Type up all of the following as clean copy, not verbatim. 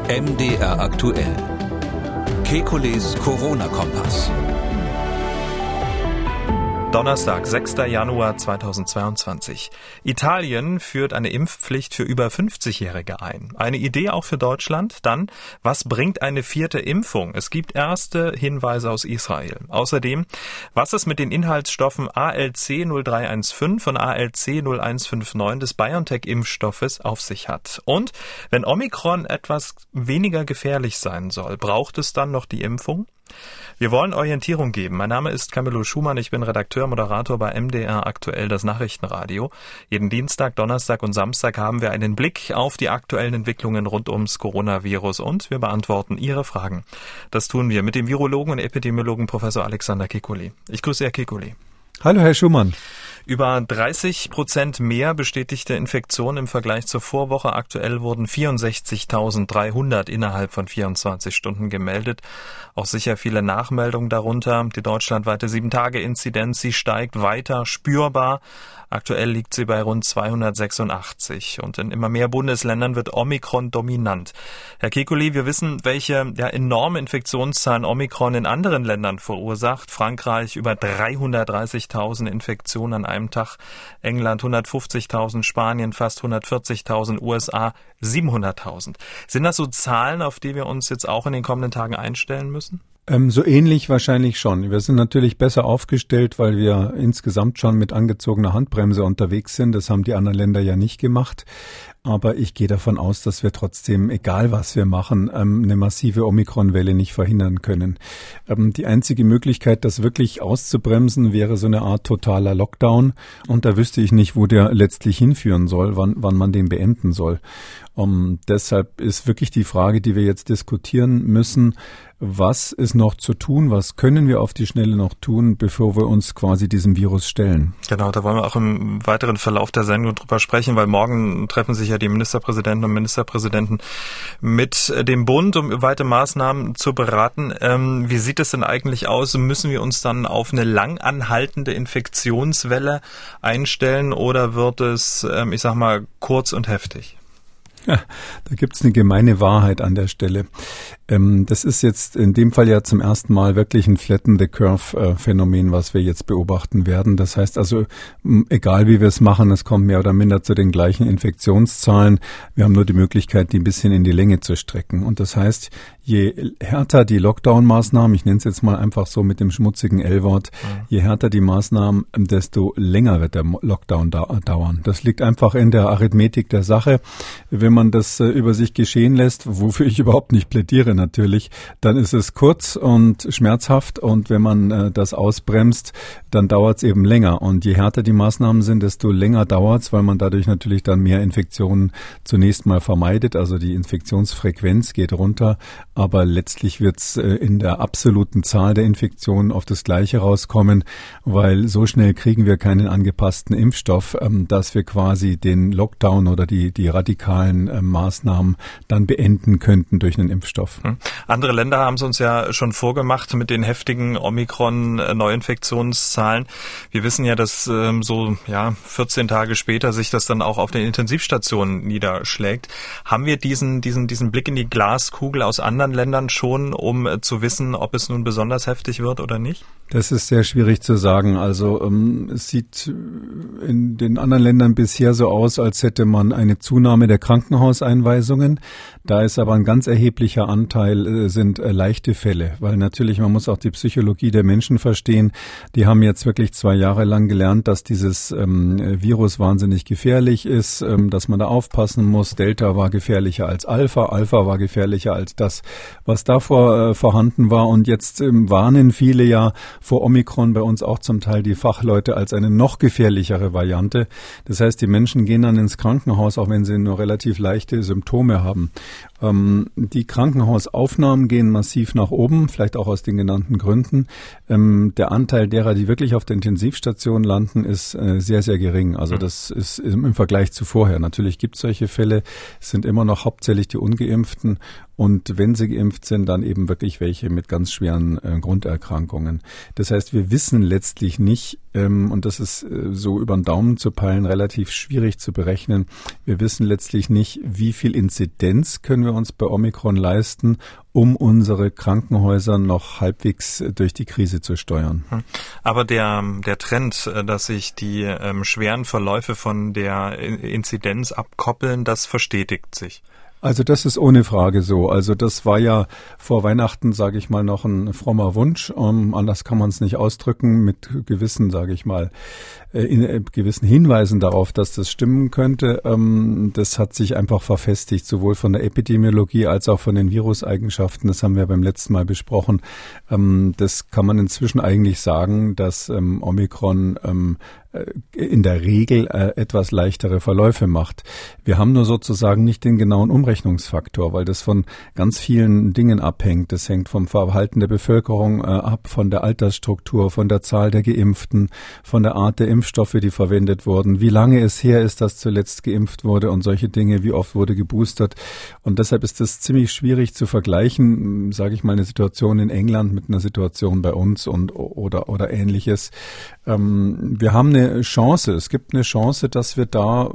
MDR aktuell. Kekules Corona-Kompass. Donnerstag, 6. Januar 2022. Italien führt eine Impfpflicht für über 50-Jährige ein. Eine Idee auch für Deutschland? Dann, was bringt eine 4. Impfung? Es gibt erste Hinweise aus Israel. Außerdem, was es mit den Inhaltsstoffen ALC 0315 und ALC 0159 des BioNTech-Impfstoffes auf sich hat. Und wenn Omikron etwas weniger gefährlich sein soll, braucht es dann noch die Impfung? Wir wollen Orientierung geben. Mein Name ist Camillo Schumann. Ich bin Redakteur, Moderator bei MDR aktuell, das Nachrichtenradio. Jeden Dienstag, Donnerstag und Samstag haben wir einen Blick auf die aktuellen Entwicklungen rund ums Coronavirus und wir beantworten Ihre Fragen. Das tun wir mit dem Virologen und Epidemiologen Professor Alexander Kekulé. Ich grüße Herr Kekulé. Hallo, Herr Schumann. Über 30% mehr bestätigte Infektionen im Vergleich zur Vorwoche. Aktuell wurden 64.300 innerhalb von 24 Stunden gemeldet. Auch sicher viele Nachmeldungen darunter. Die deutschlandweite 7-Tage-Inzidenz, sie steigt weiter spürbar. Aktuell liegt sie bei rund 286 und in immer mehr Bundesländern wird Omikron dominant. Herr Kekulé, wir wissen, welche enorme Infektionszahlen Omikron in anderen Ländern verursacht. Frankreich über 330.000 Infektionen an einem Tag, England 150.000, Spanien fast 140.000, USA 700.000. Sind das so Zahlen, auf die wir uns jetzt auch in den kommenden Tagen einstellen müssen? So ähnlich wahrscheinlich schon. Wir sind natürlich besser aufgestellt, weil wir insgesamt schon mit angezogener Handbremse unterwegs sind. Das haben die anderen Länder ja nicht gemacht. Aber ich gehe davon aus, dass wir trotzdem, egal was wir machen, eine massive Omikron-Welle nicht verhindern können. Die einzige Möglichkeit, das wirklich auszubremsen, wäre so eine Art totaler Lockdown. Und da wüsste ich nicht, wo der letztlich hinführen soll, wann man den beenden soll. Deshalb ist wirklich die Frage, die wir jetzt diskutieren müssen, was ist noch zu tun, was können wir auf die Schnelle noch tun, bevor wir uns quasi diesem Virus stellen? Genau, da wollen wir auch im weiteren Verlauf der Sendung drüber sprechen, weil morgen treffen sich ja die Ministerpräsidenten und Ministerpräsidenten mit dem Bund, um weite Maßnahmen zu beraten. Wie sieht es denn eigentlich aus? Müssen wir uns dann auf eine lang anhaltende Infektionswelle einstellen oder wird es, kurz und heftig? Ja, da gibt's eine gemeine Wahrheit an der Stelle. Das ist jetzt in dem Fall ja zum ersten Mal wirklich ein Flatten-the-Curve-Phänomen, was wir jetzt beobachten werden. Das heißt also, egal wie wir es machen, es kommt mehr oder minder zu den gleichen Infektionszahlen. Wir haben nur die Möglichkeit, die ein bisschen in die Länge zu strecken. Und das heißt, je härter die Lockdown-Maßnahmen, ich nenne es jetzt mal einfach so mit dem schmutzigen L-Wort, je härter die Maßnahmen, desto länger wird der Lockdown dauern. Das liegt einfach in der Arithmetik der Sache. Wenn man das über sich geschehen lässt, wofür ich überhaupt nicht plädiere natürlich, dann ist es kurz und schmerzhaft und wenn man das ausbremst, dann dauert es eben länger. Und je härter die Maßnahmen sind, desto länger dauert es, weil man dadurch natürlich dann mehr Infektionen zunächst mal vermeidet. Also die Infektionsfrequenz geht runter, aber letztlich wird es in der absoluten Zahl der Infektionen auf das Gleiche rauskommen, weil so schnell kriegen wir keinen angepassten Impfstoff, dass wir quasi den Lockdown oder die radikalen Maßnahmen dann beenden könnten durch einen Impfstoff. Andere Länder haben es uns ja schon vorgemacht mit den heftigen Omikron-Neuinfektionszahlen. Wir wissen ja, dass 14 Tage später sich das dann auch auf den Intensivstationen niederschlägt. Haben wir diesen Blick in die Glaskugel aus anderen Ländern schon, um zu wissen, ob es nun besonders heftig wird oder nicht? Das ist sehr schwierig zu sagen. Also es sieht in den anderen Ländern bisher so aus, als hätte man eine Zunahme der Krankenhauseinweisungen. Da ist aber ein ganz erheblicher Anteil sind leichte Fälle, weil natürlich man muss auch die Psychologie der Menschen verstehen. Die haben jetzt wirklich 2 Jahre lang gelernt, dass dieses Virus wahnsinnig gefährlich ist, dass man da aufpassen muss. Delta war gefährlicher als Alpha, Alpha war gefährlicher als das, was davor vorhanden war. Und jetzt warnen viele ja vor Omikron, bei uns auch zum Teil die Fachleute, als eine noch gefährlichere Variante. Das heißt, die Menschen gehen dann ins Krankenhaus, auch wenn sie nur relativ leichte Symptome haben. Die Krankenhausaufnahmen gehen massiv nach oben, vielleicht auch aus den genannten Gründen. Der Anteil derer, die wirklich auf der Intensivstation landen, ist sehr, sehr gering. Also das ist im Vergleich zu vorher. Natürlich gibt es solche Fälle, es sind immer noch hauptsächlich die Ungeimpften und wenn sie geimpft sind, dann eben wirklich welche mit ganz schweren Grunderkrankungen. Das heißt, wir wissen letztlich nicht, und das ist so über den Daumen zu peilen, relativ schwierig zu berechnen, wir wissen letztlich nicht, wie viel Inzidenz können wir uns bei Omikron leisten, um unsere Krankenhäuser noch halbwegs durch die Krise zu steuern. Aber der Trend, dass sich die schweren Verläufe von der Inzidenz abkoppeln, das verstetigt sich. Also das ist ohne Frage so. Also das war ja vor Weihnachten, sage ich mal, noch ein frommer Wunsch. Anders kann man es nicht ausdrücken, mit gewissen, sage ich mal, gewissen Hinweisen darauf, dass das stimmen könnte. Das hat sich einfach verfestigt, sowohl von der Epidemiologie als auch von den Viruseigenschaften. Das haben wir beim letzten Mal besprochen. Das kann man inzwischen eigentlich sagen, dass Omikron in der Regel etwas leichtere Verläufe macht. Wir haben nur sozusagen nicht den genauen Umrechnungsfaktor, weil das von ganz vielen Dingen abhängt. Das hängt vom Verhalten der Bevölkerung ab, von der Altersstruktur, von der Zahl der Geimpften, von der Art der Impfstoffe, die verwendet wurden, wie lange es her ist, dass zuletzt geimpft wurde und solche Dinge, wie oft wurde geboostert. Und deshalb ist es ziemlich schwierig zu vergleichen, sage ich mal, eine Situation in England mit einer Situation bei uns oder Ähnliches. Wir haben eine Chance. Es gibt eine Chance, dass wir da,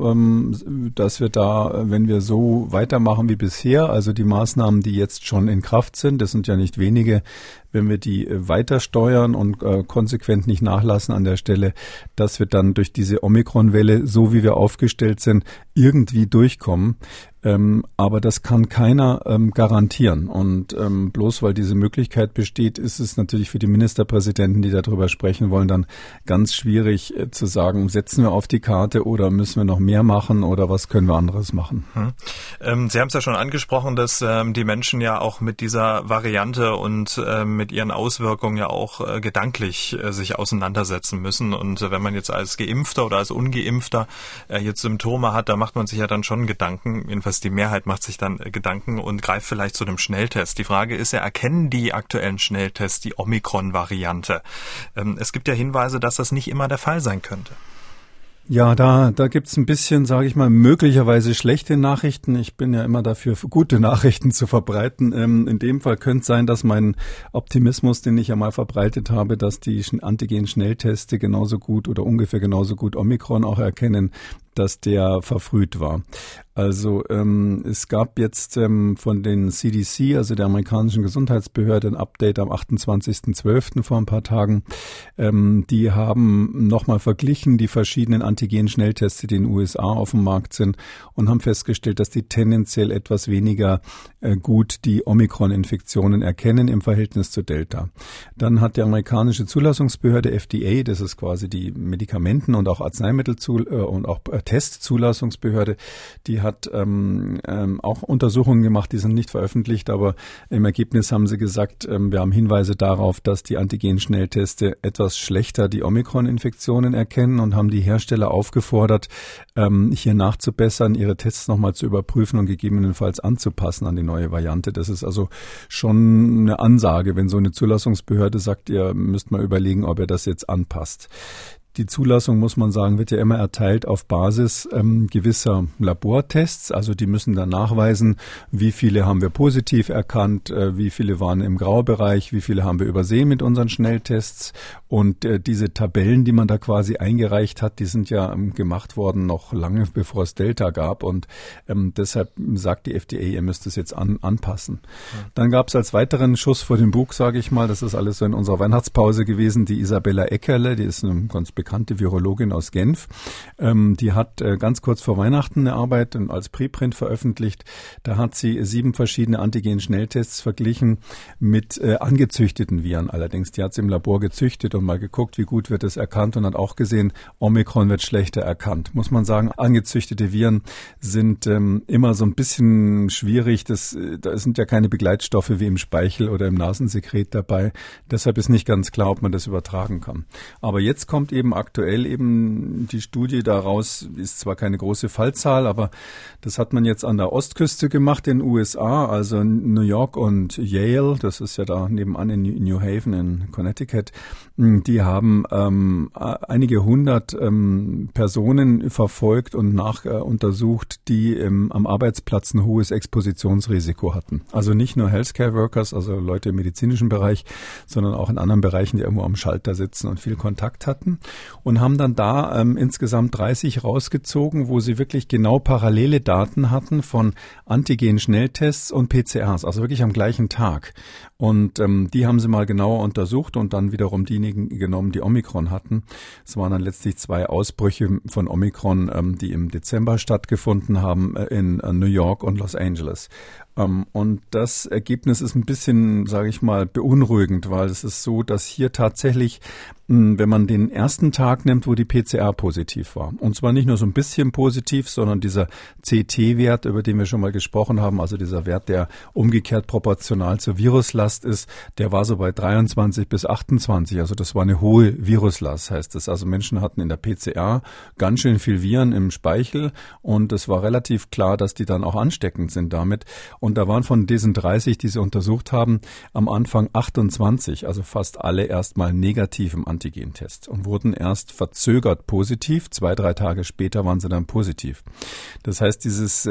wenn wir so weitermachen wie bisher, also die Maßnahmen, die jetzt schon in Kraft sind, das sind ja nicht wenige, wenn wir die weiter steuern und konsequent nicht nachlassen an der Stelle, dass wir dann durch diese Omikron-Welle, so wie wir aufgestellt sind, irgendwie durchkommen. Aber das kann keiner garantieren. Und bloß weil diese Möglichkeit besteht, ist es natürlich für die Ministerpräsidenten, die darüber sprechen wollen, dann ganz schwierig zu sagen, setzen wir auf die Karte oder müssen wir noch mehr machen oder was können wir anderes machen. Sie haben es ja schon angesprochen, dass die Menschen ja auch mit dieser Variante und mit ihren Auswirkungen ja auch gedanklich sich auseinandersetzen müssen. Und wenn man jetzt als Geimpfter oder als Ungeimpfter jetzt Symptome hat, da macht man sich ja dann schon Gedanken. Jedenfalls die Mehrheit macht sich dann Gedanken und greift vielleicht zu einem Schnelltest. Die Frage ist ja, erkennen die aktuellen Schnelltests die Omikron-Variante? Es gibt ja Hinweise, dass das nicht immer der Fall sein könnte. Ja, da gibt's ein bisschen, sage ich mal, möglicherweise schlechte Nachrichten. Ich bin ja immer dafür, gute Nachrichten zu verbreiten. In dem Fall könnte es sein, dass mein Optimismus, den ich ja mal verbreitet habe, dass die Antigen-Schnellteste genauso gut oder ungefähr genauso gut Omikron auch erkennen, dass der verfrüht war. Also es gab jetzt von den CDC, also der amerikanischen Gesundheitsbehörde, ein Update am 28.12. vor ein paar Tagen. Die haben nochmal verglichen die verschiedenen Antigen-Schnelltests, die in den USA auf dem Markt sind und haben festgestellt, dass die tendenziell etwas weniger gut die Omikron-Infektionen erkennen im Verhältnis zu Delta. Dann hat die amerikanische Zulassungsbehörde FDA, das ist quasi die Medikamenten- und auch und auch Testzulassungsbehörde, die hat auch Untersuchungen gemacht, die sind nicht veröffentlicht, aber im Ergebnis haben sie gesagt, wir haben Hinweise darauf, dass die Antigen-Schnellteste etwas schlechter die Omikron-Infektionen erkennen und haben die Hersteller aufgefordert, hier nachzubessern, ihre Tests nochmal zu überprüfen und gegebenenfalls anzupassen an die neue Variante. Das ist also schon eine Ansage, wenn so eine Zulassungsbehörde sagt, ihr müsst mal überlegen, ob ihr das jetzt anpasst. Die Zulassung, muss man sagen, wird ja immer erteilt auf Basis gewisser Labortests. Also die müssen dann nachweisen, wie viele haben wir positiv erkannt, wie viele waren im Graubereich, wie viele haben wir übersehen mit unseren Schnelltests. Und diese Tabellen, die man da quasi eingereicht hat, die sind ja gemacht worden noch lange bevor es Delta gab. Und deshalb sagt die FDA, ihr müsst es jetzt anpassen. Ja. Dann gab es als weiteren Schuss vor den Bug, sage ich mal, das ist alles so in unserer Weihnachtspause gewesen, die Isabella Eckerle, die ist eine ganz bekannte Virologin aus Genf. Die hat ganz kurz vor Weihnachten eine Arbeit als Preprint veröffentlicht. Da hat sie 7 verschiedene Antigen-Schnelltests verglichen mit angezüchteten Viren allerdings. Die hat sie im Labor gezüchtet und mal geguckt, wie gut wird es erkannt und hat auch gesehen, Omikron wird schlechter erkannt. Muss man sagen, angezüchtete Viren sind immer so ein bisschen schwierig. Da sind ja keine Begleitstoffe wie im Speichel oder im Nasensekret dabei. Deshalb ist nicht ganz klar, ob man das übertragen kann. Aber jetzt kommt eben aktuell eben die Studie daraus, ist zwar keine große Fallzahl, aber das hat man jetzt an der Ostküste gemacht in den USA, also New York und Yale, das ist ja da nebenan in New Haven in Connecticut. Die haben einige hundert Personen verfolgt und untersucht, die am Arbeitsplatz ein hohes Expositionsrisiko hatten. Also nicht nur Healthcare Workers, also Leute im medizinischen Bereich, sondern auch in anderen Bereichen, die irgendwo am Schalter sitzen und viel Kontakt hatten. Und haben dann da insgesamt 30 rausgezogen, wo sie wirklich genau parallele Daten hatten von Antigen-Schnelltests und PCRs, also wirklich am gleichen Tag. Und die haben sie mal genauer untersucht und dann wiederum diejenigen genommen, die Omikron hatten. Es waren dann letztlich 2 Ausbrüche von Omikron, die im Dezember stattgefunden haben in New York und Los Angeles. Und das Ergebnis ist ein bisschen, sage ich mal, beunruhigend, weil es ist so, dass hier tatsächlich, wenn man den ersten Tag nimmt, wo die PCR positiv war, und zwar nicht nur so ein bisschen positiv, sondern dieser CT-Wert, über den wir schon mal gesprochen haben, also dieser Wert, der umgekehrt proportional zur Viruslast ist, der war so bei 23 bis 28, also das war eine hohe Viruslast, heißt das. Also Menschen hatten in der PCR ganz schön viel Viren im Speichel und es war relativ klar, dass die dann auch ansteckend sind damit. Und da waren von diesen 30, die sie untersucht haben, am Anfang 28, also fast alle erstmal negativ im Antigentest und wurden erst verzögert positiv. 2-3 Tage später waren sie dann positiv. Das heißt,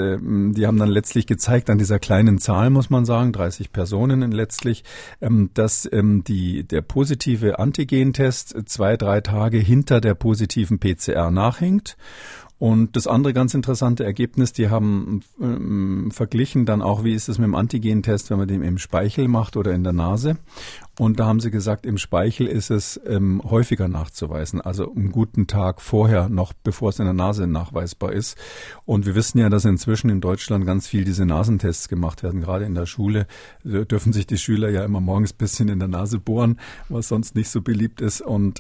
die haben dann letztlich gezeigt an dieser kleinen Zahl, muss man sagen, 30 Personen letztlich, dass der positive Antigentest 2-3 Tage hinter der positiven PCR nachhinkt. Und das andere ganz interessante Ergebnis, die haben verglichen dann auch, wie ist es mit dem Antigentest, wenn man den im Speichel macht oder in der Nase. Und da haben sie gesagt, im Speichel ist es häufiger nachzuweisen, also einen guten Tag vorher, noch bevor es in der Nase nachweisbar ist. Und wir wissen ja, dass inzwischen in Deutschland ganz viel diese Nasentests gemacht werden. Gerade in der Schule dürfen sich die Schüler ja immer morgens ein bisschen in der Nase bohren, was sonst nicht so beliebt ist. Und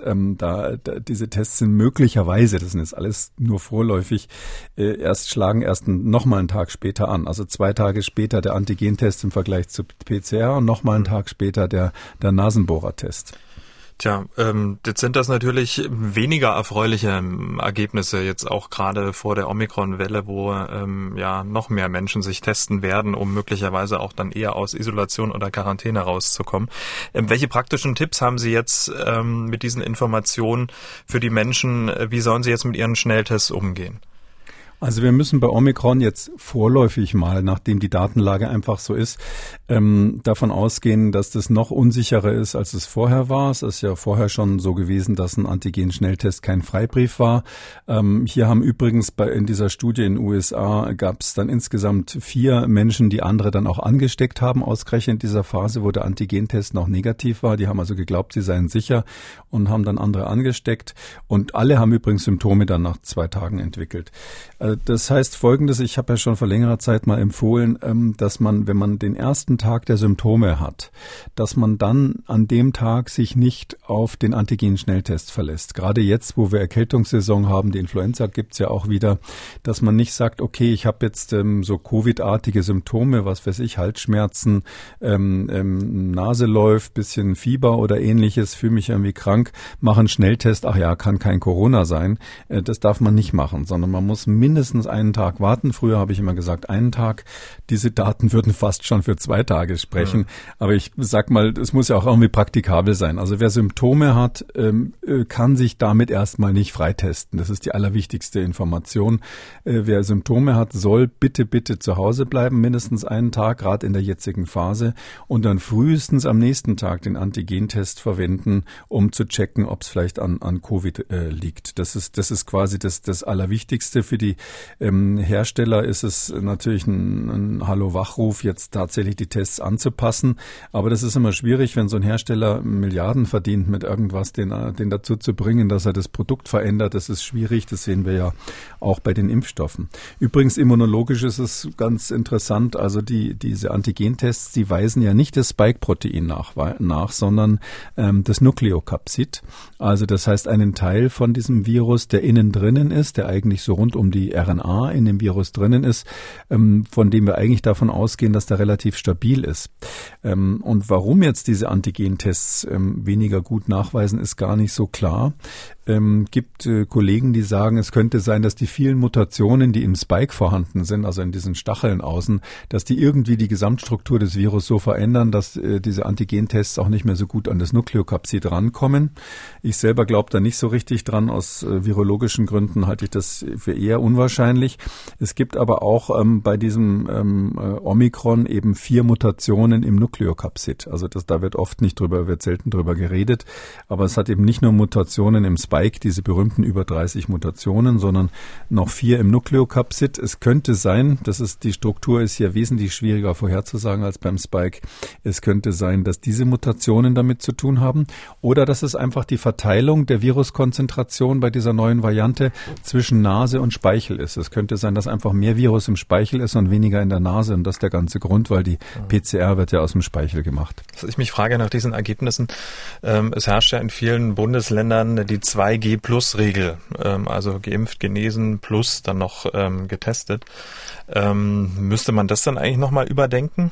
diese Tests sind möglicherweise, das sind jetzt alles nur vorläufig, schlagen erst nochmal einen Tag später an. Also 2 Tage später der Antigentest im Vergleich zu PCR und nochmal einen Tag später der Nasenbohrertest. Tja, jetzt sind das natürlich weniger erfreuliche Ergebnisse, jetzt auch gerade vor der Omikron-Welle, wo noch mehr Menschen sich testen werden, um möglicherweise auch dann eher aus Isolation oder Quarantäne rauszukommen. Welche praktischen Tipps haben Sie jetzt mit diesen Informationen für die Menschen? Wie sollen sie jetzt mit ihren Schnelltests umgehen? Also wir müssen bei Omikron jetzt vorläufig mal, nachdem die Datenlage einfach so ist, davon ausgehen, dass das noch unsicherer ist, als es vorher war. Es ist ja vorher schon so gewesen, dass ein Antigen-Schnelltest kein Freibrief war. Hier haben übrigens in dieser Studie in den USA gab es dann insgesamt 4 Menschen, die andere dann auch angesteckt haben, ausgerechnet in dieser Phase, wo der Antigentest noch negativ war. Die haben also geglaubt, sie seien sicher und haben dann andere angesteckt. Und alle haben übrigens Symptome dann nach 2 Tagen entwickelt. Das heißt Folgendes, ich habe ja schon vor längerer Zeit mal empfohlen, dass man, wenn man den ersten Tag der Symptome hat, dass man dann an dem Tag sich nicht auf den Antigen-Schnelltest verlässt. Gerade jetzt, wo wir Erkältungssaison haben, die Influenza gibt's ja auch wieder, dass man nicht sagt, okay, ich habe jetzt so Covid-artige Symptome, was weiß ich, Halsschmerzen, Nase läuft, bisschen Fieber oder ähnliches, fühle mich irgendwie krank, mache einen Schnelltest, ach ja, kann kein Corona sein. Das darf man nicht machen, sondern man muss mindestens einen Tag warten. Früher habe ich immer gesagt, einen Tag. Diese Daten würden fast schon für 2 Tage sprechen. Ja. Aber ich sag mal, es muss ja auch irgendwie praktikabel sein. Also wer Symptome hat, kann sich damit erstmal nicht freitesten. Das ist die allerwichtigste Information. Wer Symptome hat, soll bitte zu Hause bleiben, mindestens einen Tag, gerade in der jetzigen Phase, und dann frühestens am nächsten Tag den Antigentest verwenden, um zu checken, ob es vielleicht an Covid liegt. Das ist quasi das Allerwichtigste. Für die Hersteller ist es natürlich ein Hallo-Wachruf, jetzt tatsächlich die Tests anzupassen. Aber das ist immer schwierig, wenn so ein Hersteller Milliarden verdient mit irgendwas, den dazu zu bringen, dass er das Produkt verändert. Das ist schwierig. Das sehen wir ja auch bei den Impfstoffen. Übrigens, immunologisch ist es ganz interessant. Also diese Antigentests, die weisen ja nicht das Spike-Protein nach, sondern das Nukleokapsid. Also das heißt, einen Teil von diesem Virus, der innen drinnen ist, der eigentlich so rund um die RNA in dem Virus drinnen ist, von dem wir eigentlich davon ausgehen, dass der relativ stabil ist. Und warum jetzt diese Antigentests weniger gut nachweisen, ist gar nicht so klar. Gibt Kollegen, die sagen, es könnte sein, dass die vielen Mutationen, die im Spike vorhanden sind, also in diesen Stacheln außen, dass die irgendwie die Gesamtstruktur des Virus so verändern, dass diese Antigentests auch nicht mehr so gut an das Nukleokapsid rankommen. Ich selber glaube da nicht so richtig dran. Aus virologischen Gründen halte ich das für eher unwahrscheinlich. Es gibt aber auch bei diesem Omikron eben 4 Mutationen im Nukleokapsid. Also da wird selten drüber geredet. Aber es hat eben nicht nur Mutationen im Spike, diese berühmten über 30 Mutationen, sondern noch 4 im Nukleokapsid. Es könnte sein, die Struktur ist hier wesentlich schwieriger vorherzusagen als beim Spike. Es könnte sein, dass diese Mutationen damit zu tun haben oder dass es einfach die Verteilung der Viruskonzentration bei dieser neuen Variante zwischen Nase und Speichel ist. Es könnte sein, dass einfach mehr Virus im Speichel ist und weniger in der Nase, und das ist der ganze Grund, weil die PCR wird ja aus dem Speichel gemacht. Was ich mich frage nach diesen Ergebnissen, es herrscht ja in vielen Bundesländern die 2G-Plus-Regel, also geimpft, genesen plus dann noch getestet. Müsste man das dann eigentlich nochmal überdenken?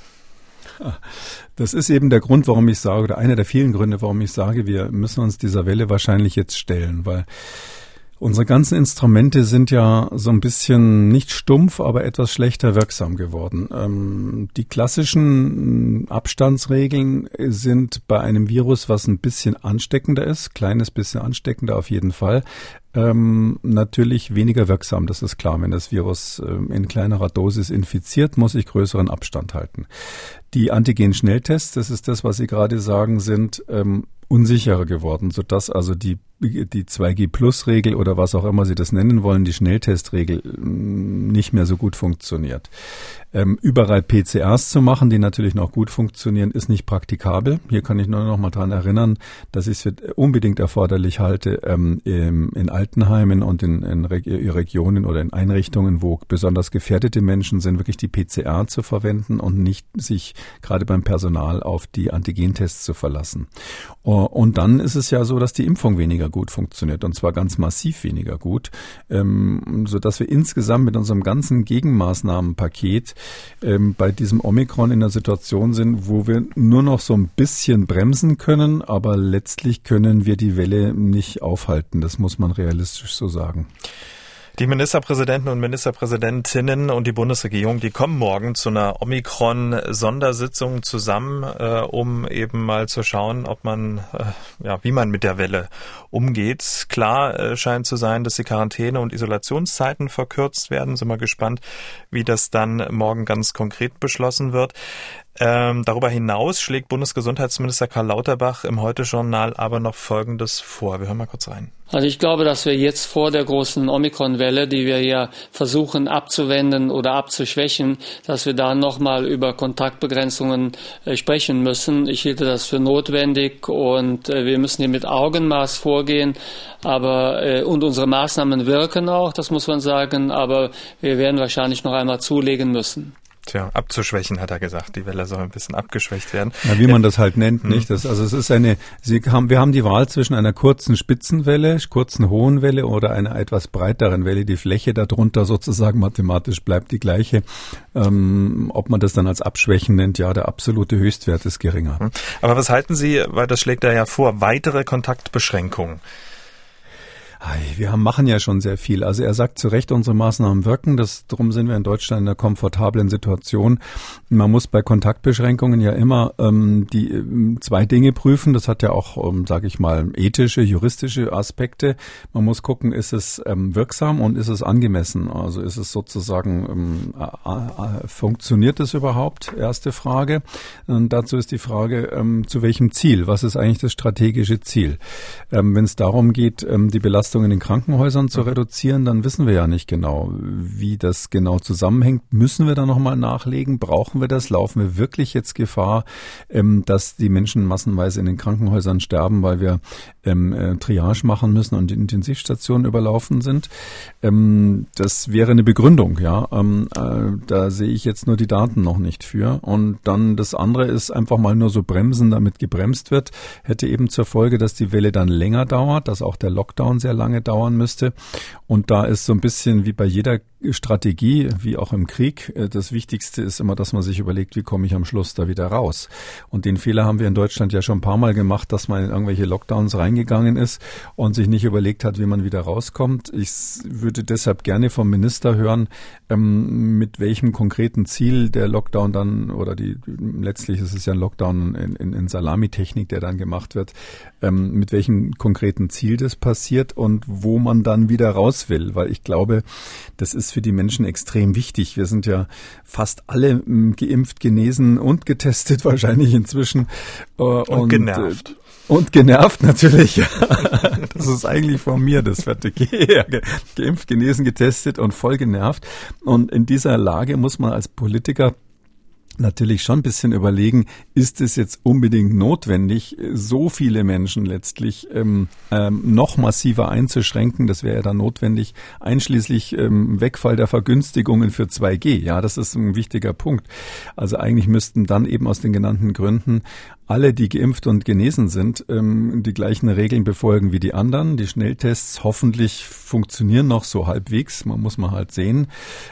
Das ist eben der Grund, warum ich sage, oder einer der vielen Gründe, warum ich sage, wir müssen uns dieser Welle wahrscheinlich jetzt stellen, weil unsere ganzen Instrumente sind ja so ein bisschen nicht stumpf, aber etwas schlechter wirksam geworden. Die klassischen Abstandsregeln sind bei einem Virus, was ein bisschen ansteckender ist, kleines bisschen ansteckender auf jeden Fall, natürlich weniger wirksam. Das ist klar. Wenn das Virus in kleinerer Dosis infiziert, muss ich größeren Abstand halten. Die Antigen-Schnelltests, das ist das, was Sie gerade sagen, sind unsicherer geworden, sodass also die 2G-Plus-Regel oder was auch immer Sie das nennen wollen, die Schnelltestregel nicht mehr so gut funktioniert. Überall PCRs zu machen, die natürlich noch gut funktionieren, ist nicht praktikabel. Hier kann ich nur noch mal dran erinnern, dass ich es für unbedingt erforderlich halte, in Altenheimen und in Regionen oder in Einrichtungen, wo besonders gefährdete Menschen sind, wirklich die PCR zu verwenden und nicht sich gerade beim Personal auf die Antigentests zu verlassen. Und dann ist es ja so, dass die Impfung weniger gut funktioniert, und zwar ganz massiv weniger gut, sodass wir insgesamt mit unserem ganzen Gegenmaßnahmenpaket bei diesem Omikron in einer Situation sind, wo wir nur noch so ein bisschen bremsen können, aber letztlich können wir die Welle nicht aufhalten. Das muss man realistisch so sagen. Die Ministerpräsidenten und Ministerpräsidentinnen und die Bundesregierung, die kommen morgen zu einer Omikron-Sondersitzung zusammen, um eben mal zu schauen, ob man, wie man mit der Welle umgeht. Klar scheint zu sein, dass die Quarantäne- und Isolationszeiten verkürzt werden. Sind wir gespannt, wie das dann morgen ganz konkret beschlossen wird. Darüber hinaus schlägt Bundesgesundheitsminister Karl Lauterbach im Heute-Journal aber noch Folgendes vor. Wir hören mal kurz rein. Also ich glaube, dass wir jetzt vor der großen Omikron-Welle, die wir ja versuchen abzuwenden oder abzuschwächen, dass wir da nochmal über Kontaktbegrenzungen sprechen müssen. Ich hielt das für notwendig, und wir müssen hier mit Augenmaß vorgehen. Und unsere Maßnahmen wirken auch, das muss man sagen, aber wir werden wahrscheinlich noch einmal zulegen müssen. Tja, abzuschwächen, hat er gesagt. Die Welle soll ein bisschen abgeschwächt werden. Ja, wie man das halt nennt, nicht? Wir haben die Wahl zwischen einer kurzen Spitzenwelle, kurzen hohen Welle oder einer etwas breiteren Welle. Die Fläche darunter sozusagen mathematisch bleibt die gleiche. Ob man das dann als Abschwächen nennt, ja, der absolute Höchstwert ist geringer. Aber was halten Sie, weil das schlägt er ja vor, weitere Kontaktbeschränkungen? Wir machen ja schon sehr viel. Also er sagt zu Recht, unsere Maßnahmen wirken. Darum sind wir in Deutschland in einer komfortablen Situation. Man muss bei Kontaktbeschränkungen ja immer die 2 Dinge prüfen. Das hat ja auch, sage ich mal, ethische, juristische Aspekte. Man muss gucken, ist es wirksam und ist es angemessen? Also ist es sozusagen, funktioniert es überhaupt? Erste Frage. Und dazu ist die Frage, zu welchem Ziel? Was ist eigentlich das strategische Ziel? Wenn es darum geht, die Belastung in den Krankenhäusern zu reduzieren, dann wissen wir ja nicht genau, wie das genau zusammenhängt. Müssen wir da nochmal nachlegen? Brauchen wir das? Laufen wir wirklich jetzt Gefahr, dass die Menschen massenweise in den Krankenhäusern sterben, weil wir Triage machen müssen und die Intensivstationen überlaufen sind? Das wäre eine Begründung, ja. Da sehe ich jetzt nur die Daten noch nicht für. Und dann das andere ist einfach mal nur so bremsen, damit gebremst wird, hätte eben zur Folge, dass die Welle dann länger dauert, dass auch der Lockdown sehr lange dauern müsste. Und da ist so ein bisschen wie bei jeder Strategie, wie auch im Krieg, das Wichtigste ist immer, dass man sich überlegt, wie komme ich am Schluss da wieder raus. Und den Fehler haben wir in Deutschland ja schon ein paar Mal gemacht, dass man in irgendwelche Lockdowns reingegangen ist und sich nicht überlegt hat, wie man wieder rauskommt. Ich würde deshalb gerne vom Minister hören, mit welchem konkreten Ziel der Lockdown dann, oder letztlich ist es ja ein Lockdown in Salamitechnik, der dann gemacht wird, mit welchem konkreten Ziel das passiert und wo man dann wieder raus will, weil ich glaube, das ist für die Menschen extrem wichtig. Wir sind ja fast alle geimpft, genesen und getestet wahrscheinlich inzwischen. Und genervt. Und genervt natürlich. Das ist eigentlich von mir das fette G. Geimpft, genesen, getestet und voll genervt. Und in dieser Lage muss man als Politiker natürlich schon ein bisschen überlegen, ist es jetzt unbedingt notwendig, so viele Menschen letztlich noch massiver einzuschränken? Das wäre ja dann notwendig, einschließlich Wegfall der Vergünstigungen für 2G. Ja, das ist ein wichtiger Punkt. Also eigentlich müssten dann eben aus den genannten Gründen alle, die geimpft und genesen sind, die gleichen Regeln befolgen wie die anderen. Die Schnelltests hoffentlich funktionieren noch so halbwegs. Muss man halt sehen.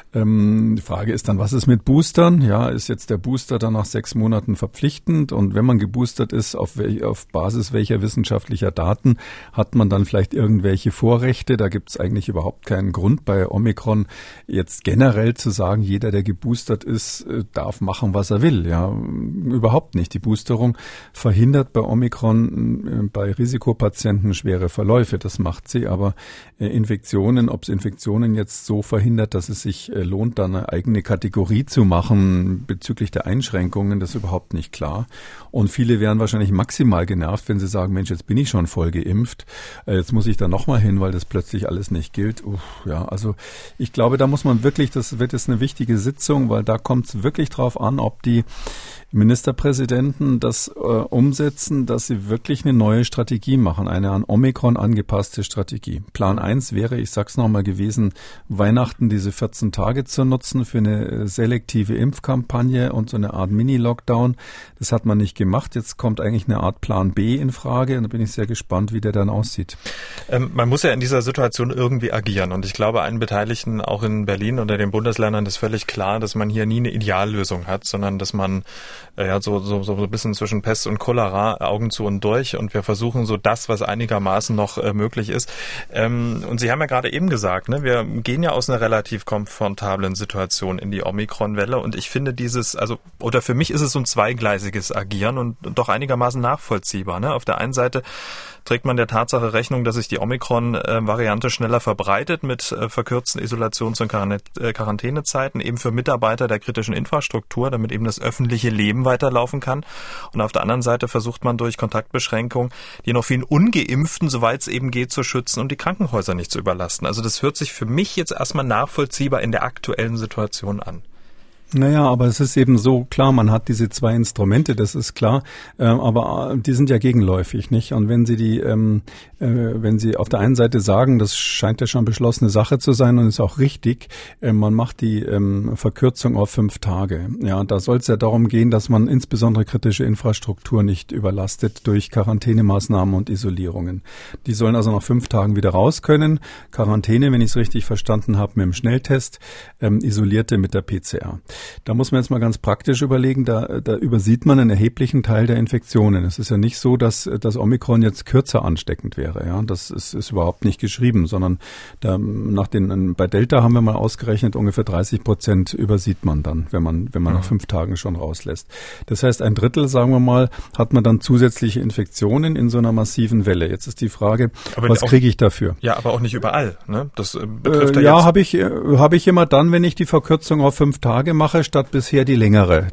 Die Frage ist dann, was ist mit Boostern? Ja, ist jetzt der Booster dann nach 6 Monaten verpflichtend? Und wenn man geboostert ist, auf Basis welcher wissenschaftlicher Daten hat man dann vielleicht irgendwelche Vorrechte? Da gibt es eigentlich überhaupt keinen Grund bei Omikron jetzt generell zu sagen, jeder, der geboostert ist, darf machen, was er will. Ja, überhaupt nicht. Die Boosterung verhindert bei Omikron bei Risikopatienten schwere Verläufe. Das macht sie, aber Infektionen, ob es Infektionen jetzt so verhindert, dass es sich lohnt, da eine eigene Kategorie zu machen bezüglich der Einschränkungen, das ist überhaupt nicht klar. Und viele wären wahrscheinlich maximal genervt, wenn sie sagen, Mensch, jetzt bin ich schon voll geimpft, jetzt muss ich da nochmal hin, weil das plötzlich alles nicht gilt. Ja, also ich glaube, da muss man wirklich, das wird jetzt eine wichtige Sitzung, weil da kommt es wirklich drauf an, ob die Ministerpräsidenten das umsetzen, dass sie wirklich eine neue Strategie machen, eine an Omikron angepasste Strategie. Plan 1 wäre, ich sag's nochmal gewesen, Weihnachten diese 14 Tage zu nutzen für eine selektive Impfkampagne und so eine Art Mini-Lockdown. Das hat man nicht gemacht. Jetzt kommt eigentlich eine Art Plan B in Frage und da bin ich sehr gespannt, wie der dann aussieht. Man muss ja in dieser Situation irgendwie agieren und ich glaube, allen Beteiligten, auch in Berlin oder den Bundesländern, ist völlig klar, dass man hier nie eine Ideallösung hat, sondern dass man so ein bisschen zwischen Pest und Cholera, Augen zu und durch, und wir versuchen so das, was einigermaßen noch möglich ist. Und Sie haben ja gerade eben gesagt, ne, wir gehen ja aus einer relativ komfortablen Situation in die Omikron-Welle und ich finde oder für mich ist es so ein zweigleisiges Agieren und doch einigermaßen nachvollziehbar. Ne? Auf der einen Seite trägt man der Tatsache Rechnung, dass sich die Omikron-Variante schneller verbreitet mit verkürzten Isolations- und Quarantänezeiten, eben für Mitarbeiter der kritischen Infrastruktur, damit eben das öffentliche Leben weiterlaufen kann. Und auf der anderen Seite versucht man durch Kontaktbeschränkungen die noch vielen Ungeimpften, soweit es eben geht, zu schützen und die Krankenhäuser nicht zu überlasten. Also das hört sich für mich jetzt erstmal nachvollziehbar in der aktuellen Situation an. Naja, aber es ist eben so, klar, man hat diese 2 Instrumente, das ist klar, aber die sind ja gegenläufig, nicht? Und wenn Sie auf der einen Seite sagen, das scheint ja schon beschlossene Sache zu sein und ist auch richtig, man macht die Verkürzung auf 5 Tage. Ja, da soll es ja darum gehen, dass man insbesondere kritische Infrastruktur nicht überlastet durch Quarantänemaßnahmen und Isolierungen. Die sollen also nach 5 Tagen wieder raus können. Quarantäne, wenn ich es richtig verstanden habe, mit dem Schnelltest, Isolierte mit der PCR. Da muss man jetzt mal ganz praktisch überlegen, da übersieht man einen erheblichen Teil der Infektionen. Es ist ja nicht so, dass das Omikron jetzt kürzer ansteckend wäre. Ja, das ist überhaupt nicht geschrieben, sondern bei Delta haben wir mal ausgerechnet, ungefähr 30% übersieht man dann, wenn man nach 5 Tagen schon rauslässt. Das heißt, 1/3, sagen wir mal, hat man dann zusätzliche Infektionen in so einer massiven Welle. Jetzt ist die Frage, was kriege ich dafür? Ja, aber auch nicht überall. Ne? Das betrifft habe ich immer dann, wenn ich die Verkürzung auf 5 Tage mache, statt bisher die längere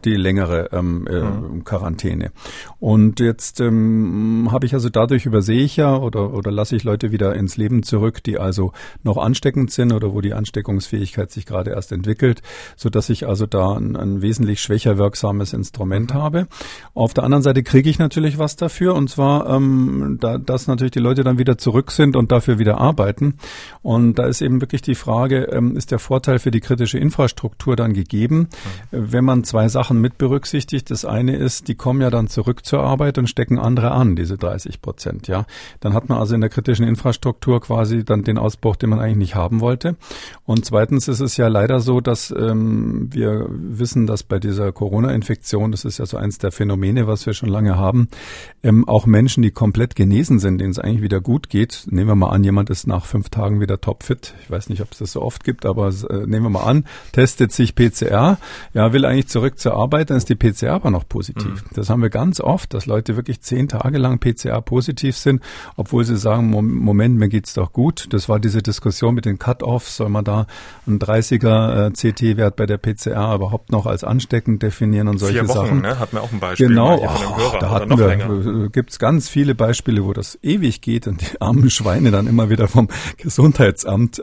Quarantäne. Und jetzt habe ich dadurch übersehe ich ja oder lasse ich Leute wieder ins Leben zurück, die also noch ansteckend sind oder wo die Ansteckungsfähigkeit sich gerade erst entwickelt, so dass ich also da ein wesentlich schwächer wirksames Instrument habe. Auf der anderen Seite kriege ich natürlich was dafür, und zwar, dass natürlich die Leute dann wieder zurück sind und dafür wieder arbeiten. Und da ist eben wirklich die Frage, ist der Vorteil für die kritische Infrastruktur dann gegeben? bleiben, wenn man zwei Sachen mit berücksichtigt. Das eine ist, die kommen ja dann zurück zur Arbeit und stecken andere an, diese 30%. Ja, dann hat man also in der kritischen Infrastruktur quasi dann den Ausbruch, den man eigentlich nicht haben wollte. Und zweitens ist es ja leider so, dass wir wissen, dass bei dieser Corona-Infektion, das ist ja so eins der Phänomene, was wir schon lange haben, auch Menschen, die komplett genesen sind, denen es eigentlich wieder gut geht. Nehmen wir mal an, jemand ist nach 5 Tagen wieder topfit. Ich weiß nicht, ob es das so oft gibt, aber nehmen wir mal an, testet sich PCR, ja, will eigentlich zurück zur Arbeit, dann ist die PCR aber noch positiv. Das haben wir ganz oft, dass Leute wirklich 10 Tage lang PCR positiv sind, obwohl sie sagen, Moment, mir geht's doch gut. Das war diese Diskussion mit den Cut-Offs, soll man da einen 30er CT-Wert bei der PCR überhaupt noch als ansteckend definieren und solche 4 Wochen, Sachen. Ne? Hatten wir auch ein Beispiel. Genau, von einem Hörer, da hatten wir, gibt's ganz viele Beispiele, wo das ewig geht und die armen Schweine dann immer wieder vom Gesundheitsamt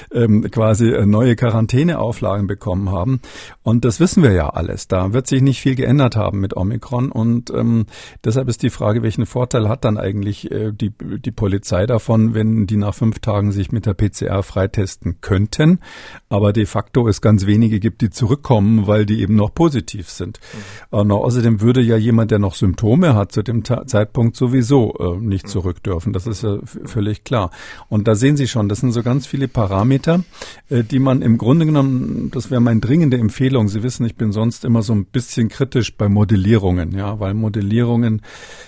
quasi neue Quarantäneauflagen bekommen haben. Und das wissen wir ja alles. Da wird sich nicht viel geändert haben mit Omikron. Und deshalb ist die Frage, welchen Vorteil hat dann eigentlich die Polizei davon, wenn die nach 5 Tagen sich mit der PCR freitesten könnten, aber de facto es ganz wenige gibt, die zurückkommen, weil die eben noch positiv sind. Und außerdem würde ja jemand, der noch Symptome hat, zu dem Zeitpunkt sowieso nicht zurück dürfen. Das ist ja völlig klar. Und da sehen Sie schon, das sind so ganz viele Parameter, die man im Grunde genommen, das wäre meine dringende Empfehlung. Sie wissen, ich bin sonst immer so ein bisschen kritisch bei Modellierungen, ja, weil Modellierungen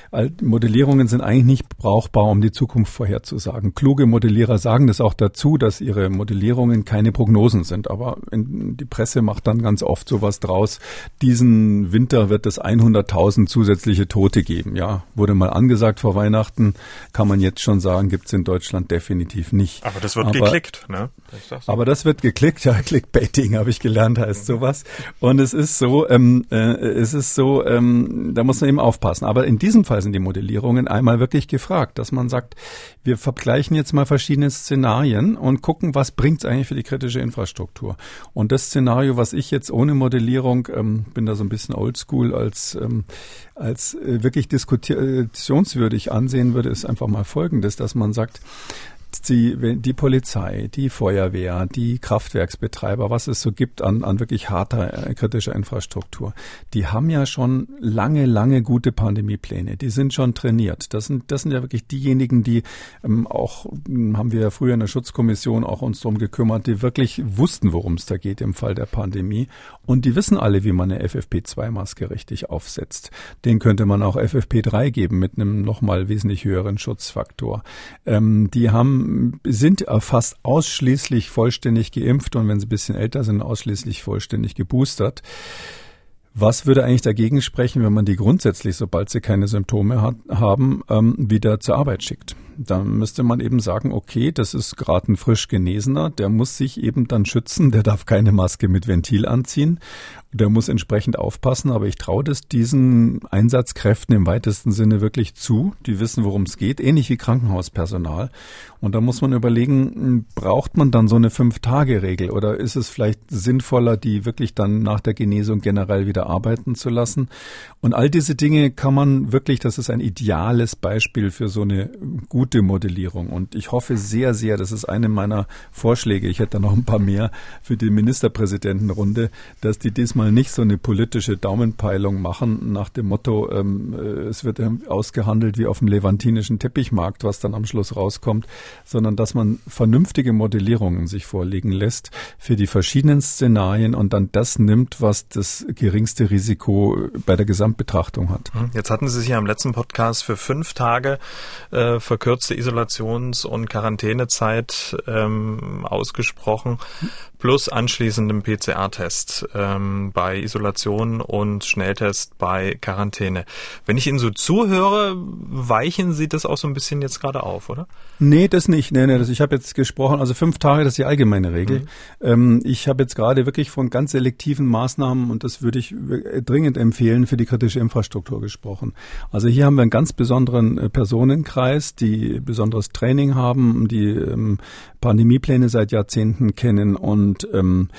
sind eigentlich nicht brauchbar, um die Zukunft vorherzusagen. Kluge Modellierer sagen das auch dazu, dass ihre Modellierungen keine Prognosen sind. Aber die Presse macht dann ganz oft sowas draus. Diesen Winter wird es 100.000 zusätzliche Tote geben. Ja, wurde mal angesagt vor Weihnachten, kann man jetzt schon sagen, gibt es in Deutschland definitiv nicht. Aber das wird geklickt, ne? Aber das wird geklickt, ja, Clickbaiting habe ich gelernt, heißt sowas. Und es ist so, da muss man eben aufpassen. Aber in diesem Fall sind die Modellierungen einmal wirklich gefragt, dass man sagt, wir vergleichen jetzt mal verschiedene Szenarien und gucken, was bringt's eigentlich für die kritische Infrastruktur. Und das Szenario, was ich jetzt ohne Modellierung, bin da so ein bisschen oldschool, als wirklich diskussionswürdig ansehen würde, ist einfach mal Folgendes, dass man sagt, die Polizei, die Feuerwehr, die Kraftwerksbetreiber, was es so gibt an wirklich harter kritischer Infrastruktur, die haben ja schon lange gute Pandemiepläne. Die sind schon trainiert. Das sind ja wirklich diejenigen, die auch, haben wir ja früher in der Schutzkommission auch uns darum gekümmert, die wirklich wussten, worum es da geht im Fall der Pandemie. Und die wissen alle, wie man eine FFP2-Maske richtig aufsetzt. Den könnte man auch FFP3 geben mit einem nochmal wesentlich höheren Schutzfaktor. Die sind fast ausschließlich vollständig geimpft und wenn sie ein bisschen älter sind, ausschließlich vollständig geboostert. Was würde eigentlich dagegen sprechen, wenn man die grundsätzlich, sobald sie keine Symptome haben, wieder zur Arbeit schickt? Dann müsste man eben sagen, okay, das ist gerade ein frisch Genesener, der muss sich eben dann schützen, der darf keine Maske mit Ventil anziehen, der muss entsprechend aufpassen, aber ich traue das diesen Einsatzkräften im weitesten Sinne wirklich zu, die wissen, worum es geht, ähnlich wie Krankenhauspersonal. Und da muss man überlegen, braucht man dann so eine 5-Tage-Regel oder ist es vielleicht sinnvoller, die wirklich dann nach der Genesung generell wieder arbeiten zu lassen? Und all diese Dinge kann man wirklich, das ist ein ideales Beispiel für so eine gute Modellierung. Und ich hoffe sehr, sehr, das ist eine meiner Vorschläge, ich hätte da noch ein paar mehr für die Ministerpräsidentenrunde, dass die diesmal nicht so eine politische Daumenpeilung machen nach dem Motto, es wird ausgehandelt wie auf dem levantinischen Teppichmarkt, was dann am Schluss rauskommt, sondern dass man vernünftige Modellierungen sich vorlegen lässt für die verschiedenen Szenarien und dann das nimmt, was das geringste Risiko bei der Gesamtbetrachtung hat. Jetzt hatten Sie sich ja im letzten Podcast für 5 Tage verkürzte Isolations- und Quarantänezeit ausgesprochen, plus anschließendem PCR-Test bei Isolation und Schnelltest bei Quarantäne. Wenn ich Ihnen so zuhöre, weichen Sie das auch so ein bisschen jetzt gerade auf, oder? Nee, das nicht. Nee, ich habe jetzt gesprochen, also 5 Tage, das ist die allgemeine Regel. Ich habe jetzt gerade wirklich von ganz selektiven Maßnahmen, und das würde ich dringend empfehlen, für die kritische Infrastruktur gesprochen. Also hier haben wir einen ganz besonderen Personenkreis, die besonderes Training haben, die Pandemiepläne seit Jahrzehnten kennen und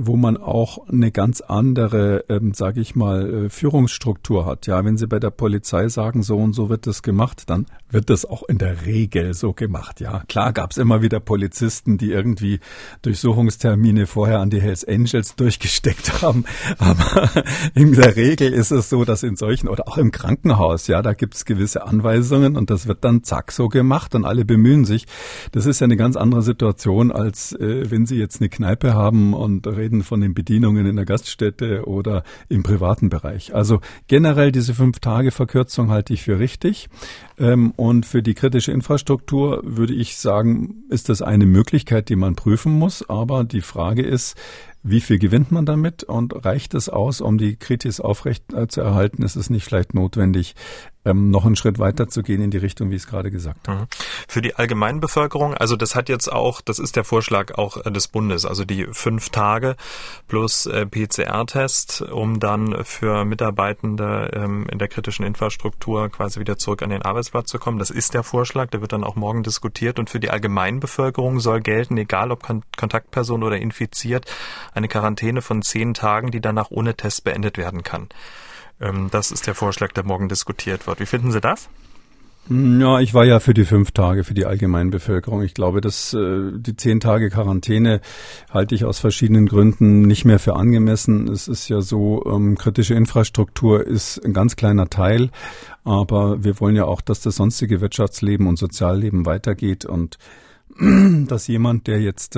wo man auch eine ganz andere, sage ich mal, Führungsstruktur hat. Ja, wenn Sie bei der Polizei sagen, so und so wird das gemacht, dann wird das auch in der Regel so gemacht. Ja, klar gab es immer wieder Polizisten, die irgendwie Durchsuchungstermine vorher an die Hells Angels durchgesteckt haben. Aber in der Regel ist es so, dass in solchen oder auch im Krankenhaus, ja, da gibt es gewisse Anweisungen und das wird dann zack so gemacht und alle bemühen sich. Das ist ja eine ganz andere Situation, als wenn Sie jetzt eine Kneipe haben und reden von den Bedienungen in der Gaststätte oder im privaten Bereich. Also generell diese 5-Tage-Verkürzung halte ich für richtig. Und für die kritische Infrastruktur würde ich sagen, ist das eine Möglichkeit, die man prüfen muss. Aber die Frage ist, wie viel gewinnt man damit und reicht es aus, um die Kritis aufrecht zu erhalten? Ist es nicht vielleicht notwendig, noch einen Schritt weiter zu gehen in die Richtung, wie ich es gerade gesagt habe? Für die Allgemeinbevölkerung, also das hat jetzt auch, das ist der Vorschlag auch des Bundes, also die 5 Tage plus PCR-Test, um dann für Mitarbeitende in der kritischen Infrastruktur quasi wieder zurück an den Arbeitsplatz zu kommen. Das ist der Vorschlag, der wird dann auch morgen diskutiert und für die Allgemeinbevölkerung soll gelten, egal ob Kontaktperson oder infiziert, eine Quarantäne von 10 Tagen, die danach ohne Test beendet werden kann. Das ist der Vorschlag, der morgen diskutiert wird. Wie finden Sie das? Ja, ich war ja für die 5 Tage für die Allgemeinbevölkerung. Ich glaube, dass die 10 Tage Quarantäne halte ich aus verschiedenen Gründen nicht mehr für angemessen. Es ist ja so, kritische Infrastruktur ist ein ganz kleiner Teil, aber wir wollen ja auch, dass das sonstige Wirtschaftsleben und Sozialleben weitergeht und dass jemand, der jetzt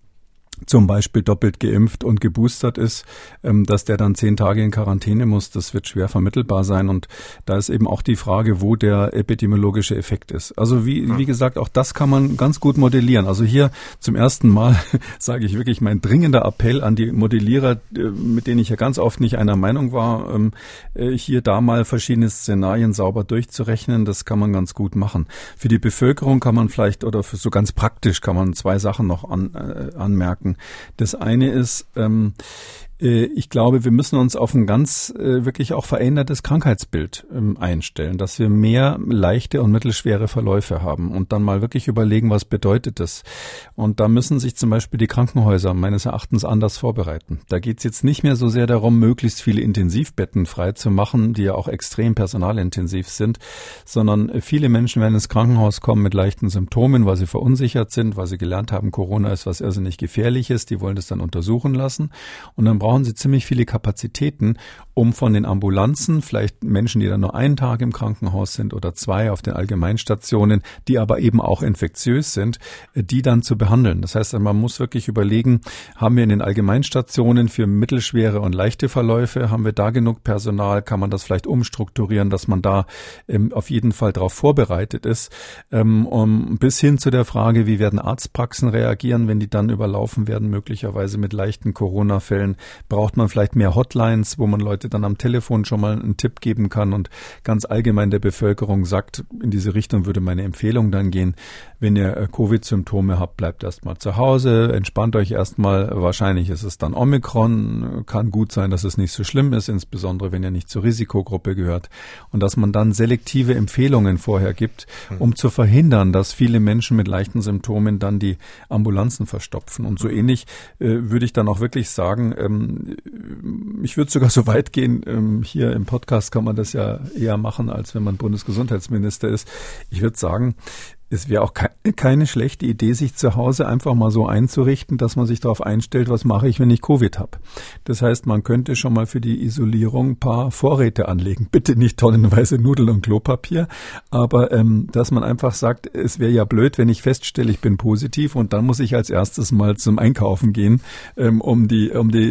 zum Beispiel doppelt geimpft und geboostert ist, dass der dann 10 Tage in Quarantäne muss, das wird schwer vermittelbar sein. Und da ist eben auch die Frage, wo der epidemiologische Effekt ist. Also wie gesagt, auch das kann man ganz gut modellieren. Also hier zum ersten Mal sage ich wirklich mein dringender Appell an die Modellierer, mit denen ich ja ganz oft nicht einer Meinung war, hier da mal verschiedene Szenarien sauber durchzurechnen. Das kann man ganz gut machen. Für die Bevölkerung kann man vielleicht, oder für so ganz praktisch kann man 2 Sachen noch anmerken. Das eine ist, ich glaube, wir müssen uns auf ein ganz wirklich auch verändertes Krankheitsbild einstellen, dass wir mehr leichte und mittelschwere Verläufe haben und dann mal wirklich überlegen, was bedeutet das. Und da müssen sich zum Beispiel die Krankenhäuser meines Erachtens anders vorbereiten. Da geht es jetzt nicht mehr so sehr darum, möglichst viele Intensivbetten frei zu machen, die ja auch extrem personalintensiv sind, sondern viele Menschen werden ins Krankenhaus kommen mit leichten Symptomen, weil sie verunsichert sind, weil sie gelernt haben, Corona ist was irrsinnig Gefährliches, die wollen das dann untersuchen lassen und dann brauchen sie ziemlich viele Kapazitäten, um von den Ambulanzen, vielleicht Menschen, die dann nur 1 Tag im Krankenhaus sind oder 2 auf den Allgemeinstationen, die aber eben auch infektiös sind, die dann zu behandeln. Das heißt, man muss wirklich überlegen, haben wir in den Allgemeinstationen für mittelschwere und leichte Verläufe, haben wir da genug Personal, kann man das vielleicht umstrukturieren, dass man da auf jeden Fall darauf vorbereitet ist, bis hin zu der Frage, wie werden Arztpraxen reagieren, wenn die dann überlaufen werden, möglicherweise mit leichten Corona-Fällen. Braucht man vielleicht mehr Hotlines, wo man Leute dann am Telefon schon mal einen Tipp geben kann und ganz allgemein der Bevölkerung sagt, in diese Richtung würde meine Empfehlung dann gehen, wenn ihr Covid-Symptome habt, bleibt erstmal zu Hause, entspannt euch erstmal, wahrscheinlich ist es dann Omikron, kann gut sein, dass es nicht so schlimm ist, insbesondere wenn ihr nicht zur Risikogruppe gehört und dass man dann selektive Empfehlungen vorher gibt, um zu verhindern, dass viele Menschen mit leichten Symptomen dann die Ambulanzen verstopfen und so ähnlich würde ich dann auch wirklich sagen, ich würde sogar so weit gehen, hier im Podcast kann man das ja eher machen, als wenn man Bundesgesundheitsminister ist. Ich würde sagen, es wäre auch keine schlechte Idee, sich zu Hause einfach mal so einzurichten, dass man sich darauf einstellt, was mache ich, wenn ich Covid habe. Das heißt, man könnte schon mal für die Isolierung ein paar Vorräte anlegen. Bitte nicht tonnenweise Nudeln und Klopapier, aber dass man einfach sagt, es wäre ja blöd, wenn ich feststelle, ich bin positiv und dann muss ich als erstes mal zum Einkaufen gehen, um die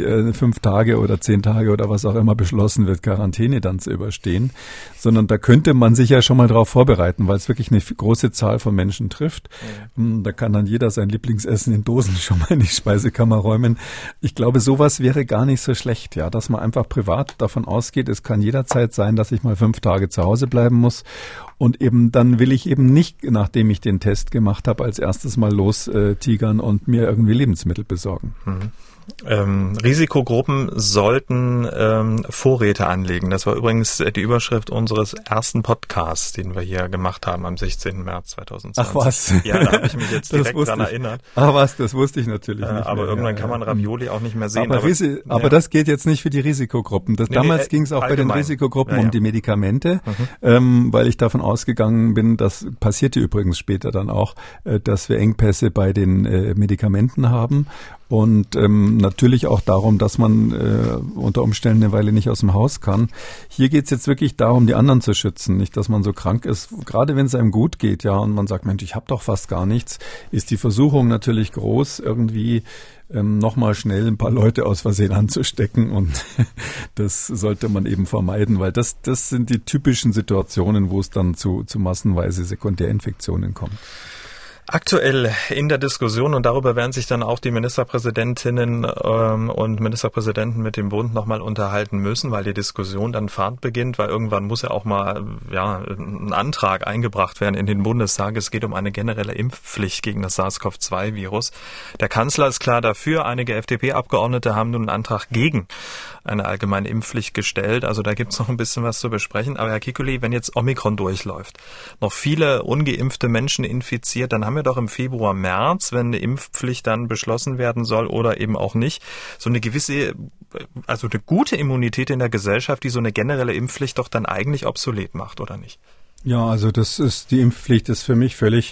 5 Tage oder 10 Tage oder was auch immer beschlossen wird, Quarantäne dann zu überstehen. Sondern da könnte man sich ja schon mal darauf vorbereiten, weil es wirklich eine große Zahl von Menschen trifft. Ja. Da kann dann jeder sein Lieblingsessen in Dosen schon mal in die Speisekammer räumen. Ich glaube, sowas wäre gar nicht so schlecht, ja, dass man einfach privat davon ausgeht, es kann jederzeit sein, dass ich mal 5 Tage zu Hause bleiben muss Und eben dann will ich eben nicht, nachdem ich den Test gemacht habe, als erstes mal los tigern und mir irgendwie Lebensmittel besorgen. Risikogruppen sollten Vorräte anlegen. Das war übrigens die Überschrift unseres ersten Podcasts, den wir hier gemacht haben am 16. März 2020. Ach was? Ja, da habe ich mich jetzt direkt dran erinnert. Ach was, das wusste ich natürlich nicht aber mehr. Irgendwann kann man Ravioli auch nicht mehr sehen. Aber das geht jetzt nicht für die Risikogruppen. Damals ging es auch allgemein bei den Risikogruppen um die Medikamente, weil ich davon ausgegangen bin, das passierte übrigens später dann auch, dass wir Engpässe bei den Medikamenten haben. Und natürlich auch darum, dass man unter Umständen eine Weile nicht aus dem Haus kann. Hier geht's jetzt wirklich darum, die anderen zu schützen, nicht, dass man so krank ist. Gerade wenn es einem gut geht, ja, und man sagt, Mensch, ich habe doch fast gar nichts, ist die Versuchung natürlich groß, irgendwie nochmal schnell ein paar Leute aus Versehen anzustecken. Und das sollte man eben vermeiden, weil das sind die typischen Situationen, wo es dann zu massenweise Sekundärinfektionen kommt. Aktuell in der Diskussion, und darüber werden sich dann auch die Ministerpräsidentinnen und Ministerpräsidenten mit dem Bund nochmal unterhalten müssen, weil die Diskussion dann Fahrt beginnt, weil irgendwann muss ja auch mal ein Antrag eingebracht werden in den Bundestag. Es geht um eine generelle Impfpflicht gegen das SARS-CoV-2-Virus. Der Kanzler ist klar dafür. Einige FDP-Abgeordnete haben nun einen Antrag gegen eine allgemeine Impfpflicht gestellt. Also da gibt's noch ein bisschen was zu besprechen. Aber Herr Kekulé, wenn jetzt Omikron durchläuft, noch viele ungeimpfte Menschen infiziert, dann haben wir doch im Februar, März, wenn eine Impfpflicht dann beschlossen werden soll oder eben auch nicht, so eine gewisse, also eine gute Immunität in der Gesellschaft, die so eine generelle Impfpflicht doch dann eigentlich obsolet macht, oder nicht? Ja, also die Impfpflicht ist für mich völlig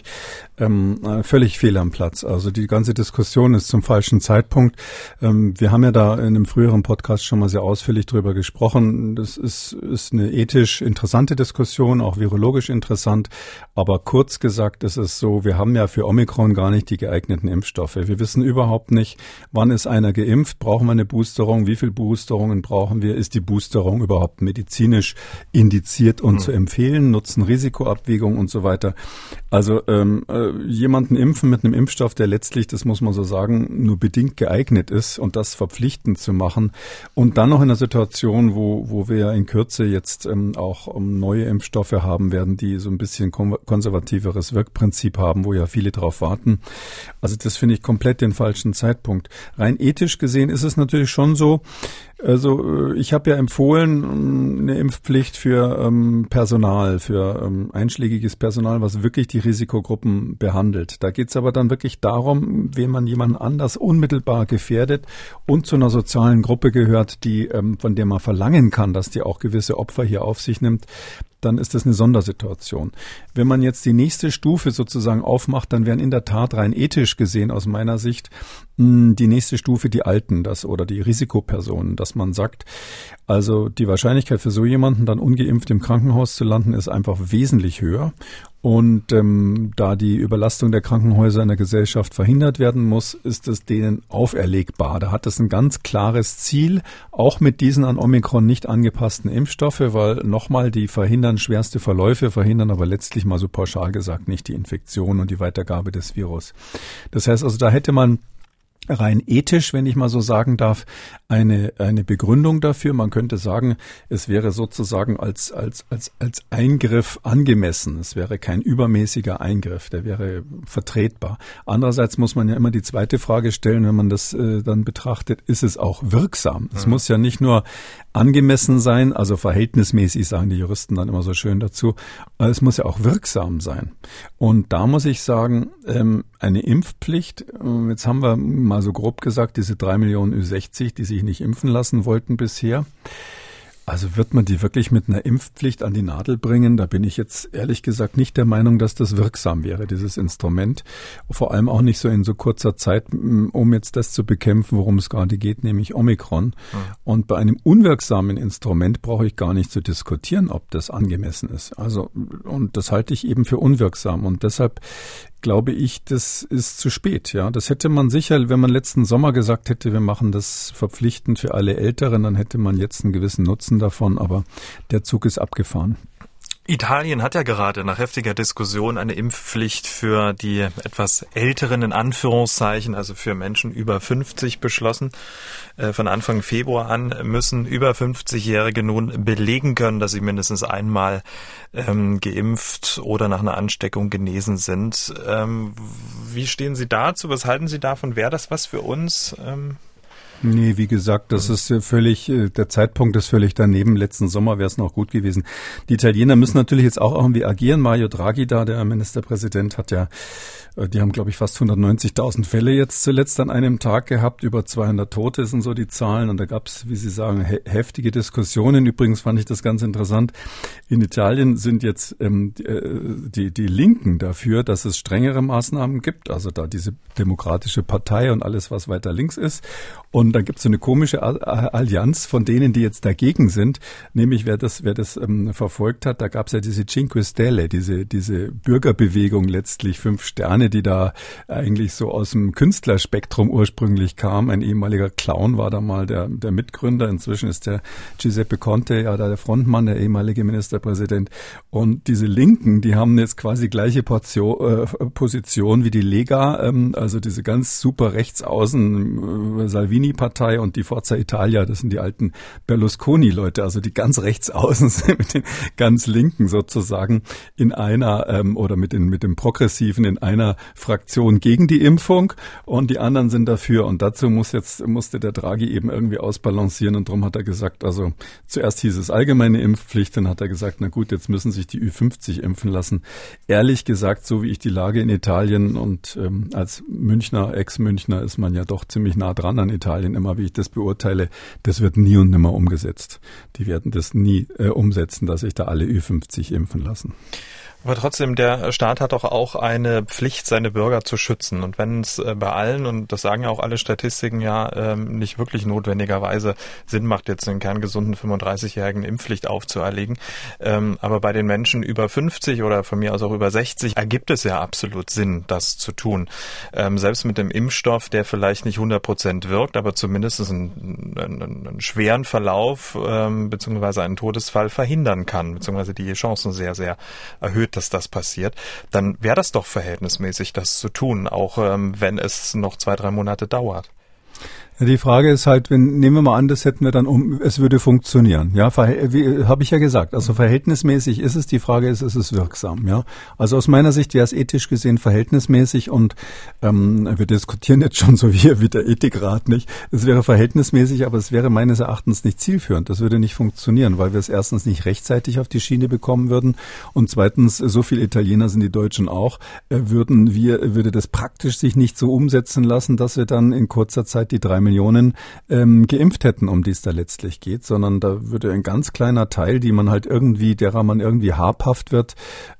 fehl am Platz. Also die ganze Diskussion ist zum falschen Zeitpunkt. Wir haben ja da in einem früheren Podcast schon mal sehr ausführlich drüber gesprochen. Das ist eine ethisch interessante Diskussion, auch virologisch interessant. Aber kurz gesagt ist es so, wir haben ja für Omikron gar nicht die geeigneten Impfstoffe. Wir wissen überhaupt nicht, wann ist einer geimpft, brauchen wir eine Boosterung, wie viele Boosterungen brauchen wir, ist die Boosterung überhaupt medizinisch indiziert und zu empfehlen, Risikoabwägung und so weiter. Also jemanden impfen mit einem Impfstoff, der letztlich, das muss man so sagen, nur bedingt geeignet ist und das verpflichtend zu machen und dann noch in einer Situation, wo wir ja in Kürze jetzt auch neue Impfstoffe haben werden, die so ein bisschen konservativeres Wirkprinzip haben, wo ja viele drauf warten. Also das finde ich komplett den falschen Zeitpunkt. Rein ethisch gesehen ist es natürlich schon so, also ich habe ja empfohlen, eine Impfpflicht für Personal, für einschlägiges Personal, was wirklich die Risikogruppen behandelt. Da geht es aber dann wirklich darum, wenn man jemanden anders unmittelbar gefährdet und zu einer sozialen Gruppe gehört, die von der man verlangen kann, dass die auch gewisse Opfer hier auf sich nimmt, dann ist das eine Sondersituation. Wenn man jetzt die nächste Stufe sozusagen aufmacht, dann wären in der Tat rein ethisch gesehen aus meiner Sicht die nächste Stufe die Alten, oder die Risikopersonen, dass man sagt, also die Wahrscheinlichkeit für so jemanden dann ungeimpft im Krankenhaus zu landen, ist einfach wesentlich höher. Und da die Überlastung der Krankenhäuser in der Gesellschaft verhindert werden muss, ist es denen auferlegbar. Da hat es ein ganz klares Ziel, auch mit diesen an Omikron nicht angepassten Impfstoffe, weil nochmal, die verhindern schwerste Verläufe, verhindern aber letztlich mal so pauschal gesagt nicht die Infektion und die Weitergabe des Virus. Das heißt also, da hätte man rein ethisch, wenn ich mal so sagen darf, eine Begründung dafür. Man könnte sagen, es wäre sozusagen als Eingriff angemessen. Es wäre kein übermäßiger Eingriff, der wäre vertretbar. Andererseits muss man ja immer die zweite Frage stellen, wenn man das dann betrachtet, ist es auch wirksam? Es muss ja nicht nur angemessen sein, also verhältnismäßig, sagen die Juristen dann immer so schön dazu, es muss ja auch wirksam sein. Und da muss ich sagen, eine Impfpflicht, jetzt haben wir mal so grob gesagt, diese 3 Millionen Ü60, die sich nicht impfen lassen wollten bisher. Also wird man die wirklich mit einer Impfpflicht an die Nadel bringen? Da bin ich jetzt ehrlich gesagt nicht der Meinung, dass das wirksam wäre, dieses Instrument. Vor allem auch nicht so in so kurzer Zeit, um jetzt das zu bekämpfen, worum es gerade geht, nämlich Omikron. Ja. Und bei einem unwirksamen Instrument brauche ich gar nicht zu diskutieren, ob das angemessen ist. Also, und das halte ich eben für unwirksam. Und deshalb glaube ich, das ist zu spät. Ja, das hätte man sicher, wenn man letzten Sommer gesagt hätte, wir machen das verpflichtend für alle Älteren, dann hätte man jetzt einen gewissen Nutzen davon, aber der Zug ist abgefahren. Italien hat ja gerade nach heftiger Diskussion eine Impfpflicht für die etwas älteren, in Anführungszeichen, also für Menschen über 50 beschlossen. Von Anfang Februar an müssen über 50-Jährige nun belegen können, dass sie mindestens einmal geimpft oder nach einer Ansteckung genesen sind. Wie stehen Sie dazu? Was halten Sie davon? Wäre das was für uns? Nee, wie gesagt, das ist völlig, der Zeitpunkt ist völlig daneben. Letzten Sommer wäre es noch gut gewesen. Die Italiener müssen natürlich jetzt auch irgendwie agieren. Mario Draghi da, der Ministerpräsident, die haben, glaube ich, fast 190.000 Fälle jetzt zuletzt an einem Tag gehabt. Über 200 Tote sind so die Zahlen. Und da gab es, wie Sie sagen, heftige Diskussionen. Übrigens fand ich das ganz interessant. In Italien sind jetzt die Linken dafür, dass es strengere Maßnahmen gibt. Also da diese Demokratische Partei und alles, was weiter links ist. Und dann gibt es so eine komische Allianz von denen, die jetzt dagegen sind. Nämlich, wer das verfolgt hat, da gab es ja diese Cinque Stelle, diese Bürgerbewegung letztlich, 5 Sterne, die da eigentlich so aus dem Künstlerspektrum ursprünglich kam. Ein ehemaliger Clown war da mal der Mitgründer. Inzwischen ist der Giuseppe Conte ja da der Frontmann, der ehemalige Ministerpräsident. Und diese Linken, die haben jetzt quasi gleiche Position wie die Lega, also diese ganz super rechtsaußen Salvini-Partei und die Forza Italia, das sind die alten Berlusconi-Leute, also die ganz rechtsaußen sind mit den ganz Linken sozusagen in einer oder mit dem Progressiven in einer Fraktion gegen die Impfung und die anderen sind dafür. Und dazu musste der Draghi eben irgendwie ausbalancieren und darum hat er gesagt, also zuerst hieß es allgemeine Impfpflicht, dann hat er gesagt, na gut, jetzt müssen sich die Ü50 impfen lassen. Ehrlich gesagt, so wie ich die Lage in Italien und als Münchner, Ex-Münchner ist man ja doch ziemlich nah dran an Italien, immer wie ich das beurteile, das wird nie und nimmer umgesetzt. Die werden das nie umsetzen, dass sich da alle Ü50 impfen lassen. Aber trotzdem, der Staat hat doch auch eine Pflicht, seine Bürger zu schützen. Und wenn es bei allen, und das sagen ja auch alle Statistiken, nicht wirklich notwendigerweise Sinn macht, jetzt einen kerngesunden 35-Jährigen Impfpflicht aufzuerlegen. Aber bei den Menschen über 50 oder von mir aus auch über 60 ergibt es ja absolut Sinn, das zu tun. Selbst mit dem Impfstoff, der vielleicht nicht 100% wirkt, aber zumindest einen schweren Verlauf beziehungsweise einen Todesfall verhindern kann, beziehungsweise die Chancen sehr, sehr erhöht, dass das passiert, dann wäre das doch verhältnismäßig, das zu tun, auch wenn es noch 2-3 Monate dauert. Ja, die Frage ist halt, nehmen wir mal an, das hätten wir dann es würde funktionieren. Ja, habe ich ja gesagt. Also verhältnismäßig ist es. Die Frage ist es wirksam? Ja, also aus meiner Sicht wäre es ethisch gesehen verhältnismäßig und wir diskutieren jetzt schon so wie der Ethikrat nicht. Es wäre verhältnismäßig, aber es wäre meines Erachtens nicht zielführend. Das würde nicht funktionieren, weil wir es erstens nicht rechtzeitig auf die Schiene bekommen würden und zweitens, so viele Italiener sind die Deutschen auch, würde das praktisch sich nicht so umsetzen lassen, dass wir dann in kurzer Zeit die 3 Millionen geimpft hätten, um die es da letztlich geht, sondern da würde ein ganz kleiner Teil, derer man irgendwie habhaft wird,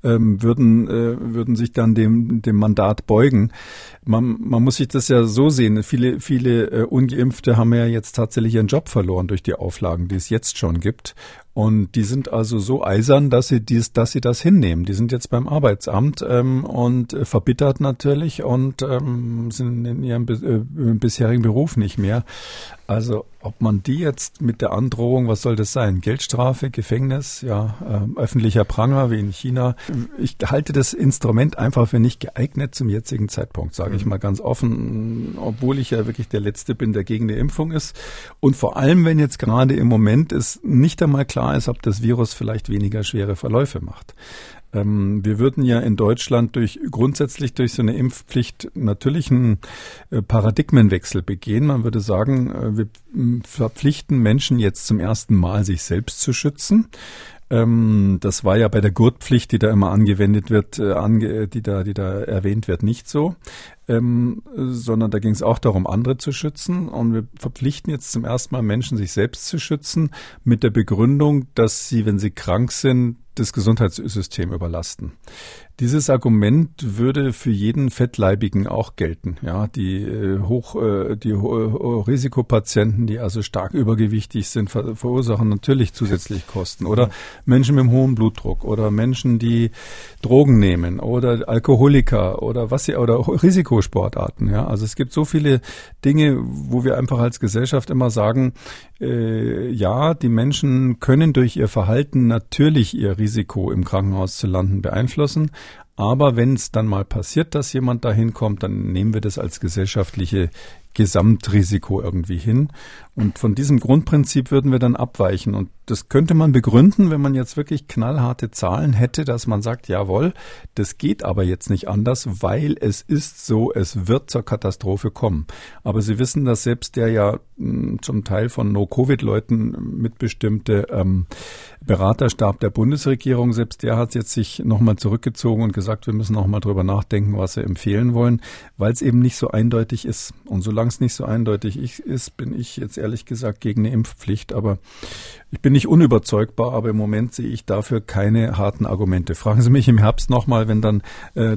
würden sich dann dem Mandat beugen. Man muss sich das ja so sehen. Viele Ungeimpfte haben ja jetzt tatsächlich ihren Job verloren durch die Auflagen, die es jetzt schon gibt. Und die sind also so eisern, dass sie das hinnehmen. Die sind jetzt beim Arbeitsamt und verbittert natürlich und sind in ihrem bisherigen Beruf nicht mehr. Also ob man die jetzt mit der Androhung, was soll das sein? Geldstrafe, Gefängnis, öffentlicher Pranger wie in China. Ich halte das Instrument einfach für nicht geeignet zum jetzigen Zeitpunkt, sage ich mal ganz offen, obwohl ich ja wirklich der Letzte bin, der gegen die Impfung ist. Und vor allem, wenn jetzt gerade im Moment es nicht einmal klar ist, ob das Virus vielleicht weniger schwere Verläufe macht. Wir würden ja in Deutschland grundsätzlich durch so eine Impfpflicht natürlich einen Paradigmenwechsel begehen. Man würde sagen, wir verpflichten Menschen jetzt zum ersten Mal, sich selbst zu schützen. Das war ja bei der Gurtpflicht, die da immer angewendet wird, die da erwähnt wird, nicht so. Sondern da ging es auch darum, andere zu schützen. Und wir verpflichten jetzt zum ersten Mal Menschen, sich selbst zu schützen, mit der Begründung, dass sie, wenn sie krank sind, das Gesundheitssystem überlasten. Dieses Argument würde für jeden Fettleibigen auch gelten. Ja, die Risikopatienten, die also stark übergewichtig sind, verursachen natürlich zusätzlich Kosten. Oder Menschen mit einem hohen Blutdruck oder Menschen, die Drogen nehmen oder Alkoholiker oder Risikoschüler. Risikosportarten. Ja, also es gibt so viele Dinge, wo wir einfach als Gesellschaft immer sagen, ja, die Menschen können durch ihr Verhalten natürlich ihr Risiko im Krankenhaus zu landen beeinflussen. Aber wenn es dann mal passiert, dass jemand da hinkommt, dann nehmen wir das als gesellschaftliche Gesamtrisiko irgendwie hin. Und von diesem Grundprinzip würden wir dann abweichen. Und das könnte man begründen, wenn man jetzt wirklich knallharte Zahlen hätte, dass man sagt, jawohl, das geht aber jetzt nicht anders, weil es ist so, es wird zur Katastrophe kommen. Aber Sie wissen, dass selbst der ja zum Teil von No-Covid-Leuten mitbestimmte Beraterstab der Bundesregierung, selbst der hat jetzt sich nochmal zurückgezogen und gesagt, wir müssen nochmal drüber nachdenken, was wir empfehlen wollen, weil es eben nicht so eindeutig ist. Und solange es nicht so eindeutig ist, bin ich jetzt ehrlich gesagt gegen eine Impfpflicht. Aber ich bin nicht unüberzeugbar, aber im Moment sehe ich dafür keine harten Argumente. Fragen Sie mich im Herbst nochmal, wenn dann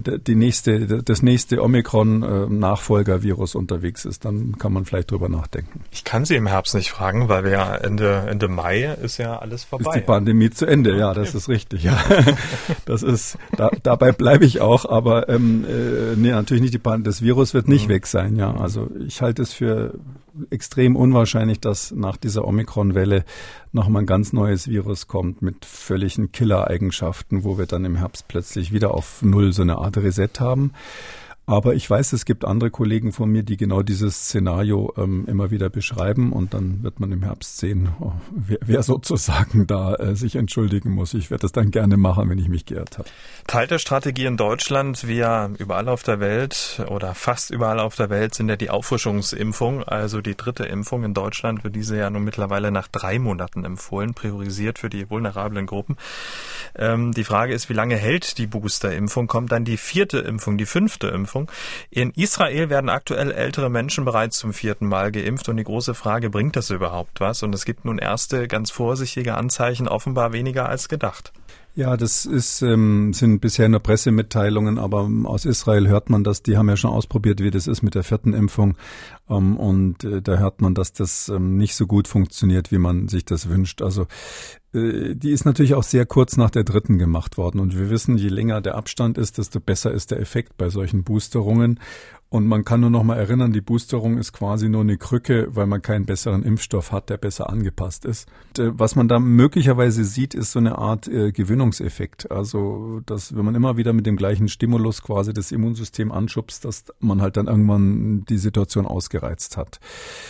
das nächste Omikron-Nachfolger-Virus unterwegs ist, dann kann man vielleicht drüber nachdenken. Ich kann Sie im Herbst nicht fragen, weil wir ja Ende Mai ist ja alles vorbei. Ist die Pandemie zu Ende, ja, das ist richtig, ja. Das ist, dabei bleibe ich auch, aber nee, natürlich nicht das Virus wird nicht weg sein, ja. Also ich halte es für extrem unwahrscheinlich, dass nach dieser Omikron-Welle nochmal ein ganz neues Virus kommt mit völligen Killer-Eigenschaften, wo wir dann im Herbst plötzlich wieder auf Null so eine Art Reset haben. Aber ich weiß, es gibt andere Kollegen von mir, die genau dieses Szenario immer wieder beschreiben und dann wird man im Herbst sehen, wer sozusagen da sich entschuldigen muss. Ich werde das dann gerne machen, wenn ich mich geirrt habe. Teil der Strategie in Deutschland, wie ja überall auf der Welt oder fast überall auf der Welt, sind ja die Auffrischungsimpfung, also die 3. Impfung in Deutschland wird diese ja nun mittlerweile nach 3 Monaten empfohlen, priorisiert für die vulnerablen Gruppen. Die Frage ist, wie lange hält die Boosterimpfung? Kommt dann die 4. Impfung, die 5. Impfung? In Israel werden aktuell ältere Menschen bereits zum 4. Mal geimpft und die große Frage, bringt das überhaupt was? Und es gibt nun erste ganz vorsichtige Anzeichen, offenbar weniger als gedacht. Ja, das sind bisher nur Pressemitteilungen, aber aus Israel hört man das, die haben ja schon ausprobiert, wie das ist mit der 4. Impfung und da hört man, dass das nicht so gut funktioniert, wie man sich das wünscht. Also die ist natürlich auch sehr kurz nach der 3. gemacht worden und wir wissen, je länger der Abstand ist, desto besser ist der Effekt bei solchen Boosterungen. Und man kann nur noch mal erinnern, die Boosterung ist quasi nur eine Krücke, weil man keinen besseren Impfstoff hat, der besser angepasst ist. Was man da möglicherweise sieht, ist so eine Art Gewöhnungseffekt. Also, dass wenn man immer wieder mit dem gleichen Stimulus quasi das Immunsystem anschubst, dass man halt dann irgendwann die Situation ausgereizt hat.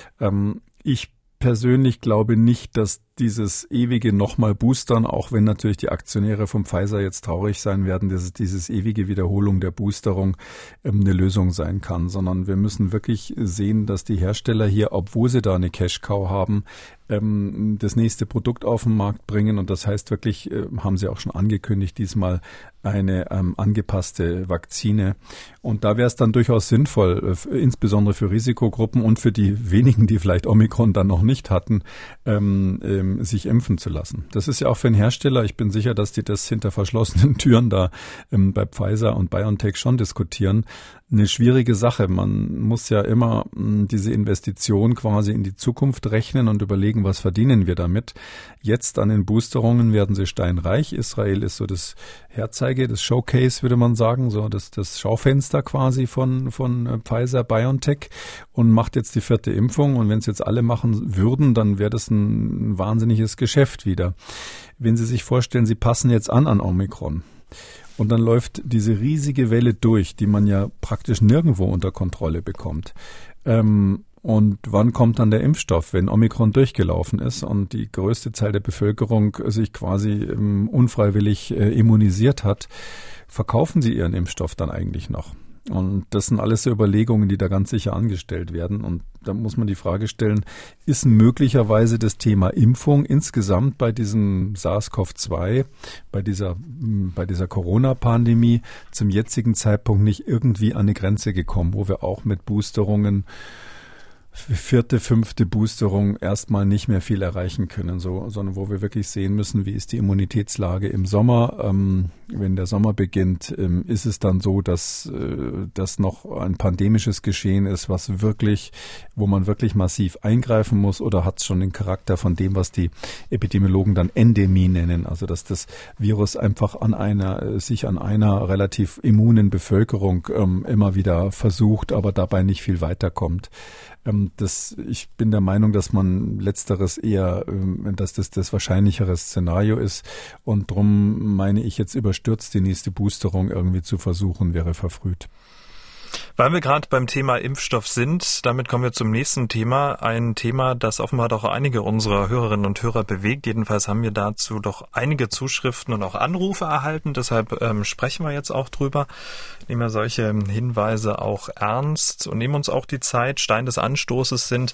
Ich persönlich glaube nicht, dass dieses ewige nochmal Boostern, auch wenn natürlich die Aktionäre vom Pfizer jetzt traurig sein werden, dass dieses ewige Wiederholung der Boosterung eine Lösung sein kann, sondern wir müssen wirklich sehen, dass die Hersteller hier, obwohl sie da eine Cash-Cow haben, das nächste Produkt auf den Markt bringen und das heißt wirklich, haben sie auch schon angekündigt, diesmal eine angepasste Vakzine und da wäre es dann durchaus sinnvoll, insbesondere für Risikogruppen und für die wenigen, die vielleicht Omikron dann noch nicht hatten, sich impfen zu lassen. Das ist ja auch für einen Hersteller, ich bin sicher, dass die das hinter verschlossenen Türen da bei Pfizer und BioNTech schon diskutieren, eine schwierige Sache. Man muss ja immer diese Investition quasi in die Zukunft rechnen und überlegen, was verdienen wir damit. Jetzt an den Boosterungen werden sie steinreich. Israel ist so das Herzeige, das Showcase, würde man sagen, so das Schaufenster quasi von Pfizer, BioNTech und macht jetzt die 4. Impfung. Und wenn es jetzt alle machen würden, dann wäre das ein wahnsinniges Geschäft wieder. Wenn Sie sich vorstellen, Sie passen jetzt an Omikron. Und dann läuft diese riesige Welle durch, die man ja praktisch nirgendwo unter Kontrolle bekommt. Und wann kommt dann der Impfstoff, wenn Omikron durchgelaufen ist und die größte Zahl der Bevölkerung sich quasi unfreiwillig immunisiert hat? Verkaufen Sie Ihren Impfstoff dann eigentlich noch? Und das sind alles so Überlegungen, die da ganz sicher angestellt werden. Und da muss man die Frage stellen, ist möglicherweise das Thema Impfung insgesamt bei diesem SARS-CoV-2, bei dieser Corona-Pandemie zum jetzigen Zeitpunkt nicht irgendwie an eine Grenze gekommen, wo wir auch mit Boosterungen 4., 5. Boosterung erstmal nicht mehr viel erreichen können, sondern wo wir wirklich sehen müssen, wie ist die Immunitätslage im Sommer. Wenn der Sommer beginnt, ist es dann so, dass das noch ein pandemisches Geschehen ist, wo man wirklich massiv eingreifen muss, oder hat es schon den Charakter von dem, was die Epidemiologen dann Endemie nennen, also dass das Virus einfach sich an einer relativ immunen Bevölkerung immer wieder versucht, aber dabei nicht viel weiterkommt. Ich bin der Meinung, dass man letzteres eher, dass das wahrscheinlichere Szenario ist, und drum meine ich jetzt überstürzt die nächste Boosterung irgendwie zu versuchen, wäre verfrüht. Weil wir gerade beim Thema Impfstoff sind, damit kommen wir zum nächsten Thema. Ein Thema, das offenbar doch einige unserer Hörerinnen und Hörer bewegt. Jedenfalls haben wir dazu doch einige Zuschriften und auch Anrufe erhalten. Deshalb sprechen wir jetzt auch drüber. Nehmen wir solche Hinweise auch ernst und nehmen uns auch die Zeit. Stein des Anstoßes sind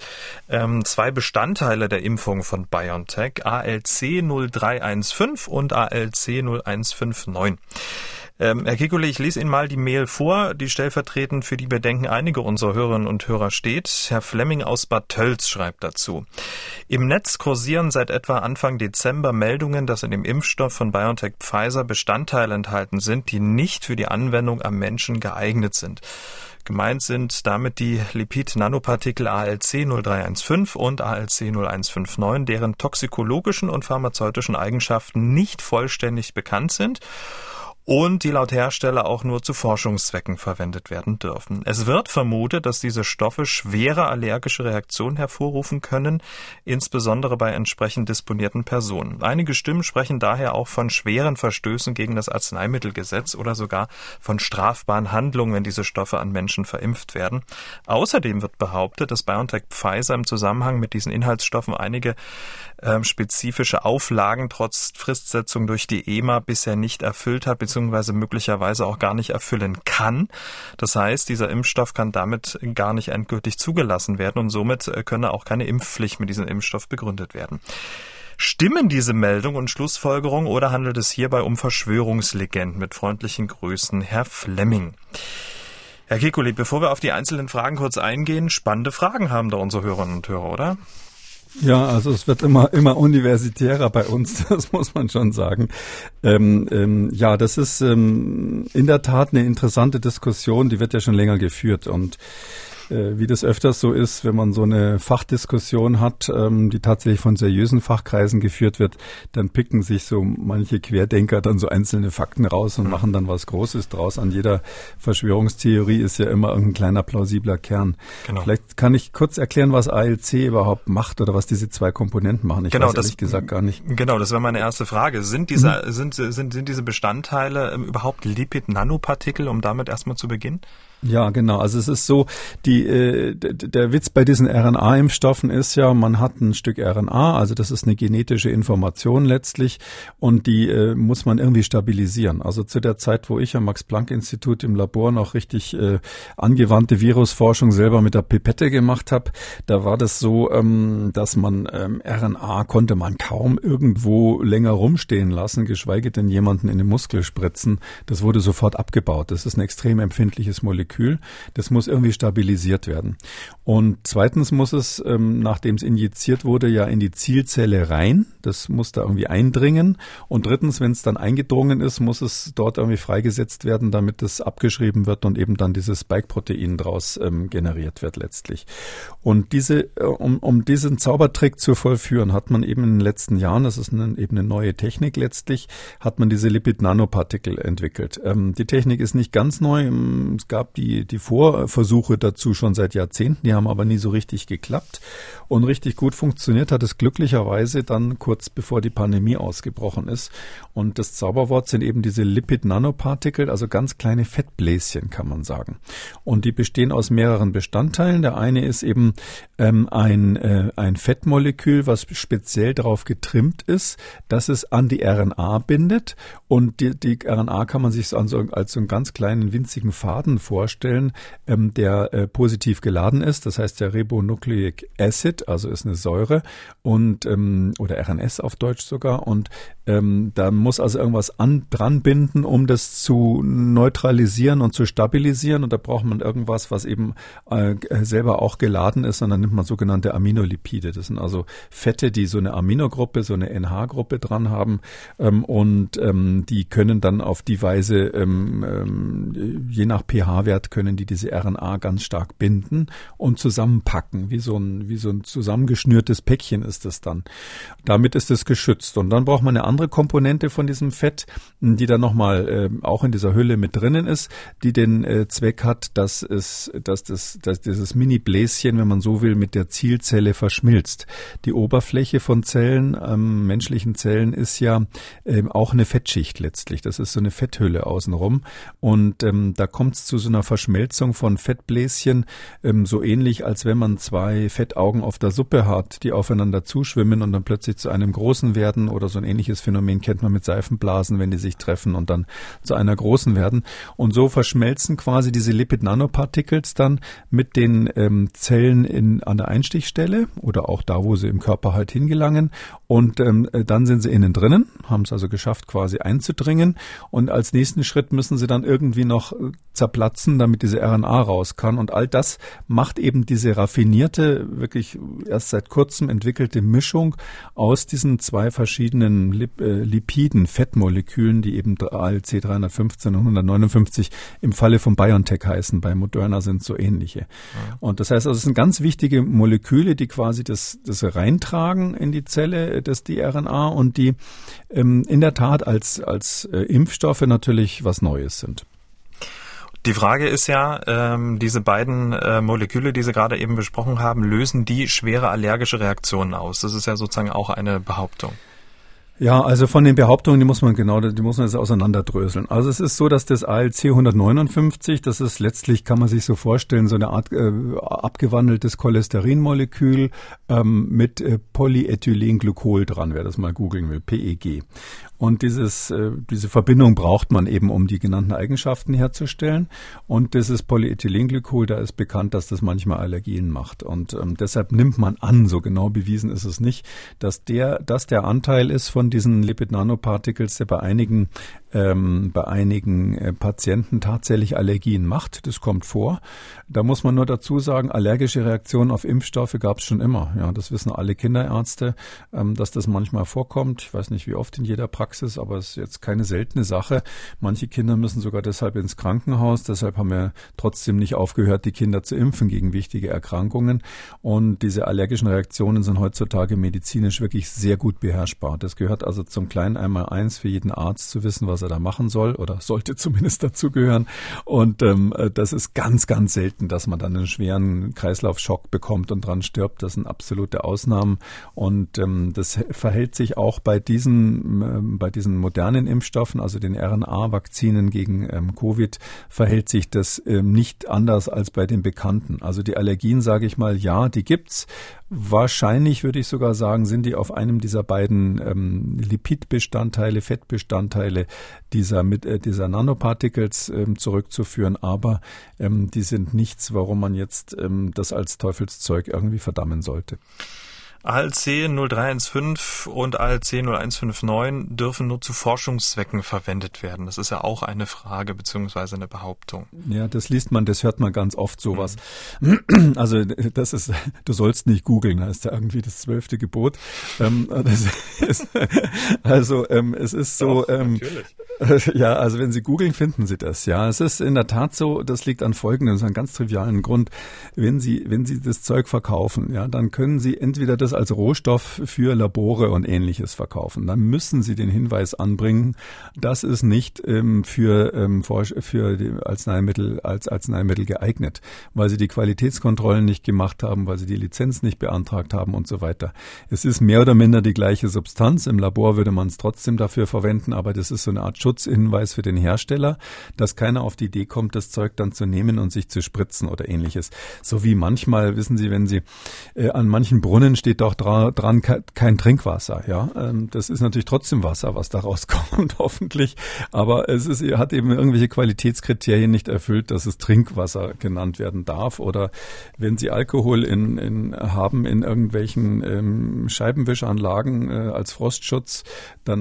2 Bestandteile der Impfung von BioNTech, ALC 0315 und ALC 0159. Herr Kekulé, ich lese Ihnen mal die Mail vor, die stellvertretend für die Bedenken einiger unserer Hörerinnen und Hörer steht. Herr Flemming aus Bad Tölz schreibt dazu: Im Netz kursieren seit etwa Anfang Dezember Meldungen, dass in dem Impfstoff von BioNTech Pfizer Bestandteile enthalten sind, die nicht für die Anwendung am Menschen geeignet sind. Gemeint sind damit die Lipid-Nanopartikel ALC 0315 und ALC 0159, deren toxikologischen und pharmazeutischen Eigenschaften nicht vollständig bekannt sind und die laut Hersteller auch nur zu Forschungszwecken verwendet werden dürfen. Es wird vermutet, dass diese Stoffe schwere allergische Reaktionen hervorrufen können, insbesondere bei entsprechend disponierten Personen. Einige Stimmen sprechen daher auch von schweren Verstößen gegen das Arzneimittelgesetz oder sogar von strafbaren Handlungen, wenn diese Stoffe an Menschen verimpft werden. Außerdem wird behauptet, dass BioNTech Pfizer im Zusammenhang mit diesen Inhaltsstoffen einige spezifische Auflagen trotz Fristsetzung durch die EMA bisher nicht erfüllt hat, beziehungsweise möglicherweise auch gar nicht erfüllen kann. Das heißt, dieser Impfstoff kann damit gar nicht endgültig zugelassen werden und somit könne auch keine Impfpflicht mit diesem Impfstoff begründet werden. Stimmen diese Meldung und Schlussfolgerung oder handelt es hierbei um Verschwörungslegenden? Mit freundlichen Grüßen, Herr Flemming. Herr Kekulé, bevor wir auf die einzelnen Fragen kurz eingehen, spannende Fragen haben da unsere Hörerinnen und Hörer, oder? Ja, also es wird immer universitärer bei uns, das muss man schon sagen. Ja, das ist in der Tat eine interessante Diskussion, die wird ja schon länger geführt, und wie das öfters so ist, wenn man so eine Fachdiskussion hat, die tatsächlich von seriösen Fachkreisen geführt wird, dann picken sich so manche Querdenker dann so einzelne Fakten raus und machen dann was Großes draus. An jeder Verschwörungstheorie ist ja immer irgendein kleiner plausibler Kern. Genau. Vielleicht kann ich kurz erklären, was ALC überhaupt macht oder was diese 2 Komponenten machen. Ich weiß ehrlich gesagt gar nicht. Genau, das wäre meine erste Frage. Sind diese Bestandteile überhaupt Lipid-Nanopartikel, um damit erstmal zu beginnen? Ja, genau. Also es ist so, der Witz bei diesen RNA-Impfstoffen ist ja, man hat ein Stück RNA, also das ist eine genetische Information letztlich, und die muss man irgendwie stabilisieren. Also zu der Zeit, wo ich am Max-Planck-Institut im Labor noch richtig angewandte Virusforschung selber mit der Pipette gemacht habe, da war das so, dass man RNA konnte man kaum irgendwo länger rumstehen lassen, geschweige denn jemanden in den Muskel spritzen. Das wurde sofort abgebaut. Das ist ein extrem empfindliches Molekül. Das muss irgendwie stabilisiert werden. Und zweitens muss es, nachdem es injiziert wurde, ja in die Zielzelle rein. Das muss da irgendwie eindringen. Und drittens, wenn es dann eingedrungen ist, muss es dort irgendwie freigesetzt werden, damit es abgeschrieben wird und eben dann dieses Spike-Protein draus generiert wird letztlich. Und um diesen Zaubertrick zu vollführen, hat man eben in den letzten Jahren, das ist eben eine neue Technik letztlich, hat man diese Lipid-Nanopartikel entwickelt. Die Technik ist nicht ganz neu. Es gab die Vorversuche dazu schon seit Jahrzehnten, die haben aber nie so richtig geklappt. Und richtig gut funktioniert hat es glücklicherweise dann kurz bevor die Pandemie ausgebrochen ist. Und das Zauberwort sind eben diese Lipid-Nanopartikel, also ganz kleine Fettbläschen, kann man sagen. Und die bestehen aus mehreren Bestandteilen. Der eine ist eben ein Fettmolekül, was speziell darauf getrimmt ist, dass es an die RNA bindet. Und die RNA kann man sich als so einen ganz kleinen, winzigen Faden vorstellen, der positiv geladen ist. Das heißt der Ribonucleic Acid, also ist eine Säure, und oder RNS auf Deutsch sogar. Und Da muss also irgendwas dran binden, um das zu neutralisieren und zu stabilisieren. Und da braucht man irgendwas, was eben selber auch geladen ist. Und dann nimmt man sogenannte Aminolipide. Das sind also Fette, die so eine Aminogruppe, so eine NH-Gruppe dran haben. Und die können dann auf die Weise, je nach pH-Wert, können die diese RNA ganz stark binden und zusammenpacken. Wie so ein zusammengeschnürtes Päckchen ist das dann. Damit ist es geschützt. Und dann braucht man eine andere Komponente von diesem Fett, die dann nochmal auch in dieser Hülle mit drinnen ist, die den Zweck hat, dass dieses Mini-Bläschen, wenn man so will, mit der Zielzelle verschmilzt. Die Oberfläche von Zellen, menschlichen Zellen, ist ja auch eine Fettschicht letztlich. Das ist so eine Fetthülle außenrum. Und da kommt es zu so einer Verschmelzung von Fettbläschen, so ähnlich, als wenn man zwei Fettaugen auf der Suppe hat, die aufeinander zuschwimmen und dann plötzlich zu einem großen werden, oder so ein ähnliches Phänomen kennt man mit Seifenblasen, wenn die sich treffen und dann zu einer großen werden. Und so verschmelzen quasi diese Lipid-Nanoparticles dann mit den Zellen an der Einstichstelle oder auch da, wo sie im Körper halt hingelangen. Und dann sind sie innen drinnen, haben es also geschafft, quasi einzudringen. Und als nächsten Schritt müssen sie dann irgendwie noch zerplatzen, damit diese RNA raus kann. Und all das macht eben diese raffinierte, wirklich erst seit kurzem entwickelte Mischung aus diesen zwei verschiedenen Lipiden, Fettmolekülen, die eben ALC 315 und 159 im Falle von BioNTech heißen. Bei Moderna sind so ähnliche. Ja. Und das heißt, also es sind ganz wichtige Moleküle, die quasi das reintragen in die Zelle, die RNA, und die in der Tat als Impfstoffe natürlich was Neues sind. Die Frage ist ja, diese beiden Moleküle, die Sie gerade eben besprochen haben, lösen die schwere allergische Reaktionen aus? Das ist ja sozusagen auch eine Behauptung. Ja, also von den Behauptungen, die muss man jetzt auseinanderdröseln. Also es ist so, dass das ALC 159, das ist letztlich, kann man sich so vorstellen, so eine Art abgewandeltes Cholesterinmolekül mit Polyethylenglykol dran, wer das mal googeln will, PEG. Und diese Verbindung braucht man eben, um die genannten Eigenschaften herzustellen. Und dieses Polyethylenglykol, da ist bekannt, dass das manchmal Allergien macht. Und deshalb nimmt man an, so genau bewiesen ist es nicht, dass der Anteil ist von diesen Lipid-Nanoparticles, der bei einigen Patienten tatsächlich Allergien macht. Das kommt vor. Da muss man nur dazu sagen, allergische Reaktionen auf Impfstoffe gab es schon immer. Ja, das wissen alle Kinderärzte, dass das manchmal vorkommt. Ich weiß nicht, wie oft in jeder Praxis, aber es ist jetzt keine seltene Sache. Manche Kinder müssen sogar deshalb ins Krankenhaus. Deshalb haben wir trotzdem nicht aufgehört, die Kinder zu impfen gegen wichtige Erkrankungen. Und diese allergischen Reaktionen sind heutzutage medizinisch wirklich sehr gut beherrschbar. Das gehört also zum kleinen Einmaleins für jeden Arzt zu wissen, was er da machen soll oder sollte zumindest dazugehören. Und das ist ganz, ganz selten, dass man dann einen schweren Kreislaufschock bekommt und dran stirbt. Das sind absolute Ausnahmen. Und das verhält sich auch bei diesen modernen Impfstoffen, also den RNA-Vakzinen gegen Covid, verhält sich das nicht anders als bei den bekannten. Also die Allergien, sage ich mal, ja, die gibt's. Wahrscheinlich würde ich sogar sagen, sind die auf einem dieser beiden Lipidbestandteile, Fettbestandteile dieser Nanoparticles zurückzuführen, aber die sind nichts, warum man jetzt das als Teufelszeug irgendwie verdammen sollte. ALC 0315 und ALC 0159 dürfen nur zu Forschungszwecken verwendet werden. Das ist ja auch eine Frage bzw. eine Behauptung. Ja, das hört man ganz oft sowas. Also das ist, du sollst nicht googeln, da ist ja irgendwie das 12. Gebot. Es ist so, ja, also wenn Sie googeln, finden Sie das. Ja, es ist in der Tat so, das liegt an folgendem, das ist ein ganz trivialen Grund. Wenn Sie das Zeug verkaufen, ja, dann können Sie entweder das als Rohstoff für Labore und Ähnliches verkaufen. Dann müssen Sie den Hinweis anbringen, das ist nicht für die Arzneimittel als Arzneimittel geeignet, weil Sie die Qualitätskontrollen nicht gemacht haben, weil Sie die Lizenz nicht beantragt haben und so weiter. Es ist mehr oder minder die gleiche Substanz. Im Labor würde man es trotzdem dafür verwenden, aber das ist so eine Art Schutzhinweis für den Hersteller, dass keiner auf die Idee kommt, das Zeug dann zu nehmen und sich zu spritzen oder ähnliches. So wie manchmal, wissen Sie, wenn Sie an manchen Brunnen steht doch dran kein Trinkwasser. Ja, das ist natürlich trotzdem Wasser, was da rauskommt, hoffentlich. Aber hat eben irgendwelche Qualitätskriterien nicht erfüllt, dass es Trinkwasser genannt werden darf. Oder wenn Sie Alkohol haben in irgendwelchen Scheibenwischanlagen als Frostschutz, dann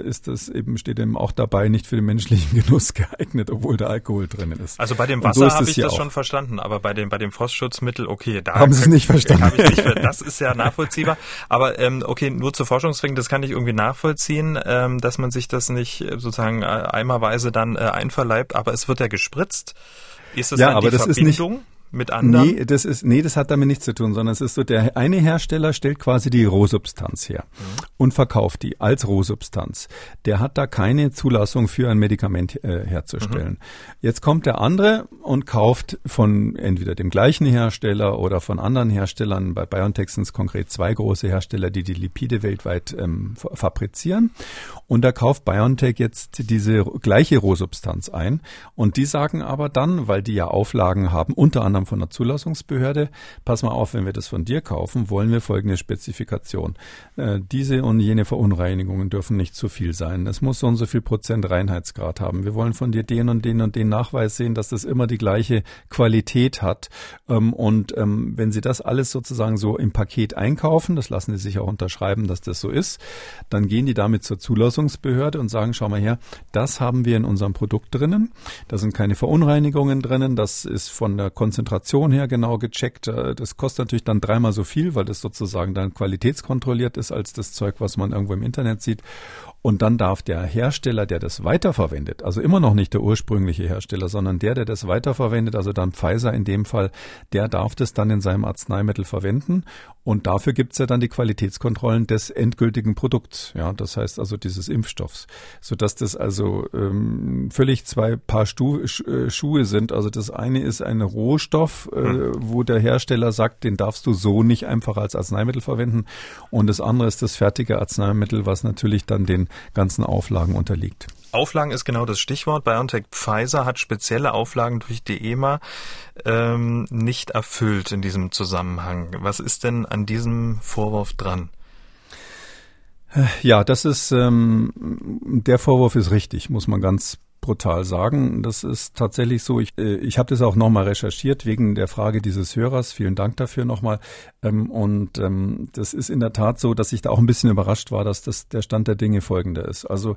steht eben auch dabei, nicht für den menschlichen Genuss geeignet, obwohl der Alkohol drinnen ist. Also bei dem Wasser habe ich das schon verstanden, aber bei dem Frostschutzmittel, okay, da haben Sie es nicht verstanden. Das ist ja nachvollziehbar. Aber okay, nur zu Forschungszwecken, das kann ich irgendwie nachvollziehen, dass man sich das nicht sozusagen eimerweise dann einverleibt, aber es wird ja gespritzt. Ist das dann die Verbindung mit anderen? Das hat damit nichts zu tun, sondern es ist so, der eine Hersteller stellt quasi die Rohsubstanz her und verkauft die als Rohsubstanz. Der hat da keine Zulassung für ein Medikament herzustellen. Jetzt kommt der andere und kauft von entweder dem gleichen Hersteller oder von anderen Herstellern. Bei BioNTech sind es konkret 2 große Hersteller, die Lipide weltweit fabrizieren. Und da kauft BioNTech jetzt diese gleiche Rohsubstanz ein. Und die sagen aber dann, weil die ja Auflagen haben, unter anderem von der Zulassungsbehörde, pass mal auf, wenn wir das von dir kaufen, wollen wir folgende Spezifikation. Diese und jene Verunreinigungen dürfen nicht zu viel sein. Es muss so und so viel Prozent Reinheitsgrad haben. Wir wollen von dir den und den und den Nachweis sehen, dass das immer die gleiche Qualität hat. Und wenn Sie das alles sozusagen so im Paket einkaufen, das lassen Sie sich auch unterschreiben, dass das so ist, dann gehen die damit zur Zulassungsbehörde und sagen, schau mal her, das haben wir in unserem Produkt drinnen. Da sind keine Verunreinigungen drinnen. Das ist von der Konzentration her genau gecheckt. Das kostet natürlich dann 3-mal so viel, weil das sozusagen dann qualitätskontrolliert ist als das Zeug, was man irgendwo im Internet sieht. Und dann darf der Hersteller, der das weiterverwendet, also immer noch nicht der ursprüngliche Hersteller, sondern der das weiterverwendet, also dann Pfizer in dem Fall, der darf das dann in seinem Arzneimittel verwenden. Und dafür gibt's ja dann die Qualitätskontrollen des endgültigen Produkts. Ja, das heißt also dieses Impfstoffs, sodass das also völlig 2 Paar Schuhe sind. Also das eine ist ein Rohstoff, wo der Hersteller sagt, den darfst du so nicht einfach als Arzneimittel verwenden. Und das andere ist das fertige Arzneimittel, was natürlich dann den ganzen Auflagen unterliegt. Auflagen ist genau das Stichwort. BioNTech Pfizer hat spezielle Auflagen durch die EMA nicht erfüllt in diesem Zusammenhang. Was ist denn an diesem Vorwurf dran? Ja, das ist der Vorwurf ist richtig, muss man ganz brutal sagen. Das ist tatsächlich so. Ich habe das auch nochmal recherchiert wegen der Frage dieses Hörers. Vielen Dank dafür nochmal. Das ist in der Tat so, dass ich da auch ein bisschen überrascht war, dass das der Stand der Dinge folgender ist. Also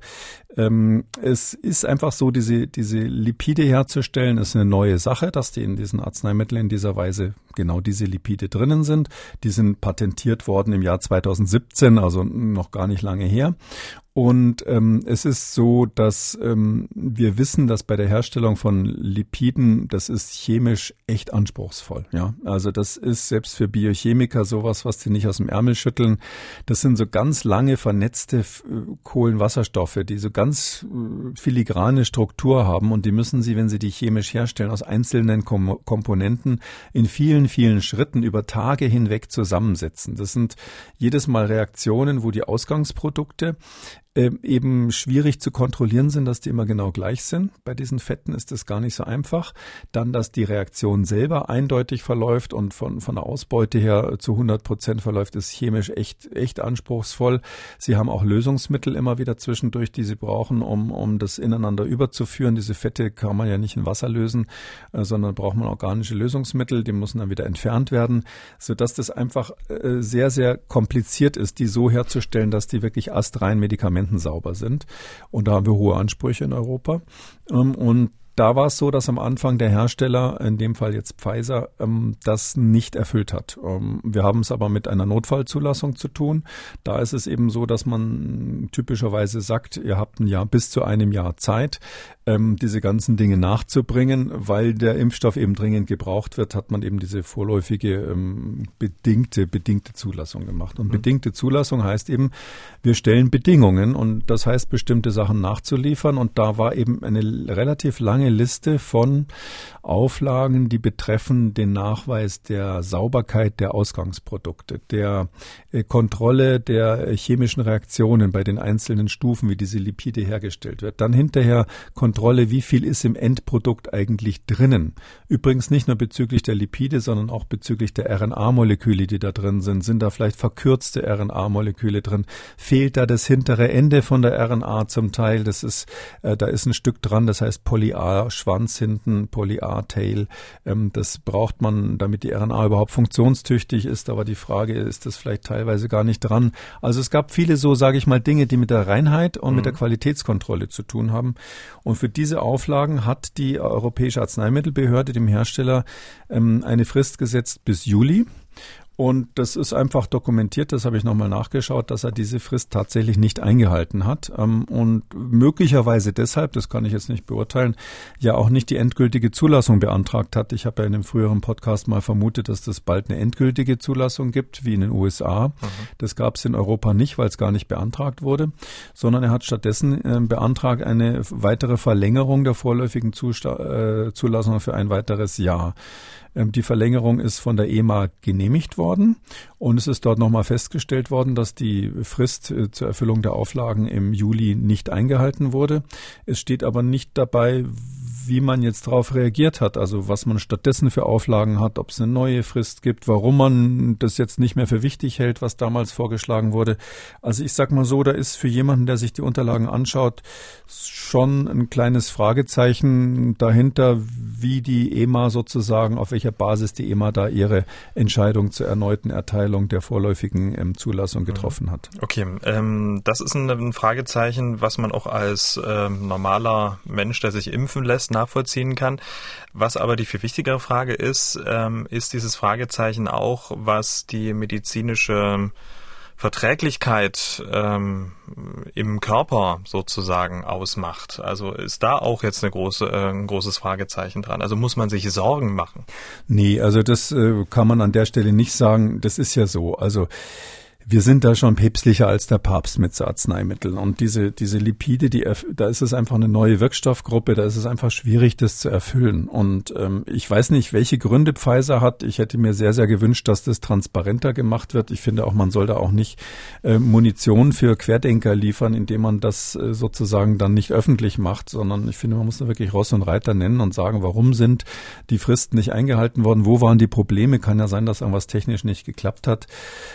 es ist einfach so, diese Lipide herzustellen, ist eine neue Sache, dass die in diesen Arzneimitteln in dieser Weise genau diese Lipide drinnen sind. Die sind patentiert worden im Jahr 2017, also noch gar nicht lange her. Und es ist so, dass wir wissen, dass bei der Herstellung von Lipiden, das ist chemisch echt anspruchsvoll. Ja, also das ist selbst für Biochemiker sowas, was die nicht aus dem Ärmel schütteln. Das sind so ganz lange vernetzte Kohlenwasserstoffe, die so ganz filigrane Struktur haben und die müssen Sie, wenn Sie die chemisch herstellen, aus einzelnen Komponenten in vielen, vielen Schritten über Tage hinweg zusammensetzen. Das sind jedes Mal Reaktionen, wo die Ausgangsprodukte eben schwierig zu kontrollieren sind, dass die immer genau gleich sind. Bei diesen Fetten ist das gar nicht so einfach. Dann, dass die Reaktion selber eindeutig verläuft und von der Ausbeute her zu 100% verläuft, ist chemisch echt anspruchsvoll. Sie haben auch Lösungsmittel immer wieder zwischendurch, die Sie brauchen, um das ineinander überzuführen. Diese Fette kann man ja nicht in Wasser lösen, sondern braucht man organische Lösungsmittel. Die müssen dann wieder entfernt werden, sodass das einfach sehr, sehr kompliziert ist, die so herzustellen, dass die wirklich astrein Medikamente sauber sind. Und da haben wir hohe Ansprüche in Europa. Und da war es so, dass am Anfang der Hersteller, in dem Fall jetzt Pfizer, das nicht erfüllt hat. Wir haben es aber mit einer Notfallzulassung zu tun. Da ist es eben so, dass man typischerweise sagt, ihr habt ein Jahr bis zu einem Jahr Zeit, diese ganzen Dinge nachzubringen, weil der Impfstoff eben dringend gebraucht wird, hat man eben diese vorläufige bedingte Zulassung gemacht. Und bedingte Zulassung heißt eben, wir stellen Bedingungen und das heißt, bestimmte Sachen nachzuliefern. Und da war eben eine relativ lange lange Liste von Auflagen, die betreffen den Nachweis der Sauberkeit der Ausgangsprodukte, der Kontrolle der chemischen Reaktionen bei den einzelnen Stufen, wie diese Lipide hergestellt wird. Dann hinterher Kontrolle, wie viel ist im Endprodukt eigentlich drinnen. Übrigens nicht nur bezüglich der Lipide, sondern auch bezüglich der RNA-Moleküle, die da drin sind. Sind da vielleicht verkürzte RNA-Moleküle drin? Fehlt da das hintere Ende von der RNA zum Teil? Das ist, da ist ein Stück dran, das heißt Poly-A-Schwanz hinten, Poly-A-Tail. Das braucht man, damit die RNA überhaupt funktionstüchtig ist. Aber die Frage ist das vielleicht teilweise gar nicht dran. Also es gab viele so, sage ich mal, Dinge, die mit der Reinheit und mit der Qualitätskontrolle zu tun haben. Und für diese Auflagen hat die Europäische Arzneimittelbehörde dem Hersteller eine Frist gesetzt bis Juli. Und das ist einfach dokumentiert, das habe ich nochmal nachgeschaut, dass er diese Frist tatsächlich nicht eingehalten hat und möglicherweise deshalb, das kann ich jetzt nicht beurteilen, ja auch nicht die endgültige Zulassung beantragt hat. Ich habe ja in einem früheren Podcast mal vermutet, dass das bald eine endgültige Zulassung gibt, wie in den USA. Das gab es in Europa nicht, weil es gar nicht beantragt wurde, sondern er hat stattdessen beantragt eine weitere Verlängerung der vorläufigen Zulassung für ein weiteres Jahr. Die Verlängerung ist von der EMA genehmigt worden und es ist dort nochmal festgestellt worden, dass die Frist zur Erfüllung der Auflagen im Juli nicht eingehalten wurde. Es steht aber nicht dabei, wie man jetzt darauf reagiert hat, also was man stattdessen für Auflagen hat, ob es eine neue Frist gibt, warum man das jetzt nicht mehr für wichtig hält, was damals vorgeschlagen wurde. Also ich sag mal so, da ist für jemanden, der sich die Unterlagen anschaut, schon ein kleines Fragezeichen dahinter, wie die EMA sozusagen, auf welcher Basis die EMA da ihre Entscheidung zur erneuten Erteilung der vorläufigen Zulassung getroffen hat. Okay, das ist ein Fragezeichen, was man auch als normaler Mensch, der sich impfen lässt, nachvollziehen kann. Was aber die viel wichtigere Frage ist dieses Fragezeichen auch, was die medizinische Verträglichkeit im Körper sozusagen ausmacht. Also ist da auch jetzt ein großes Fragezeichen dran. Also muss man sich Sorgen machen? Nee, also das kann man an der Stelle nicht sagen. Das ist ja so. Also wir sind da schon päpstlicher als der Papst mit so Arzneimitteln. Und diese Lipide, da ist es einfach eine neue Wirkstoffgruppe, da ist es einfach schwierig, das zu erfüllen. Und ich weiß nicht, welche Gründe Pfizer hat. Ich hätte mir sehr, sehr gewünscht, dass das transparenter gemacht wird. Ich finde auch, man soll da auch nicht Munition für Querdenker liefern, indem man das sozusagen dann nicht öffentlich macht, sondern ich finde, man muss da wirklich Ross und Reiter nennen und sagen, warum sind die Fristen nicht eingehalten worden? Wo waren die Probleme? Kann ja sein, dass irgendwas technisch nicht geklappt hat.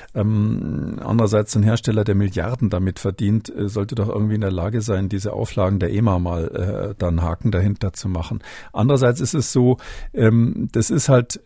Andererseits ein Hersteller, der Milliarden damit verdient, sollte doch irgendwie in der Lage sein, diese Auflagen der EMA mal dann Haken dahinter zu machen. Andererseits ist es so, das ist halt,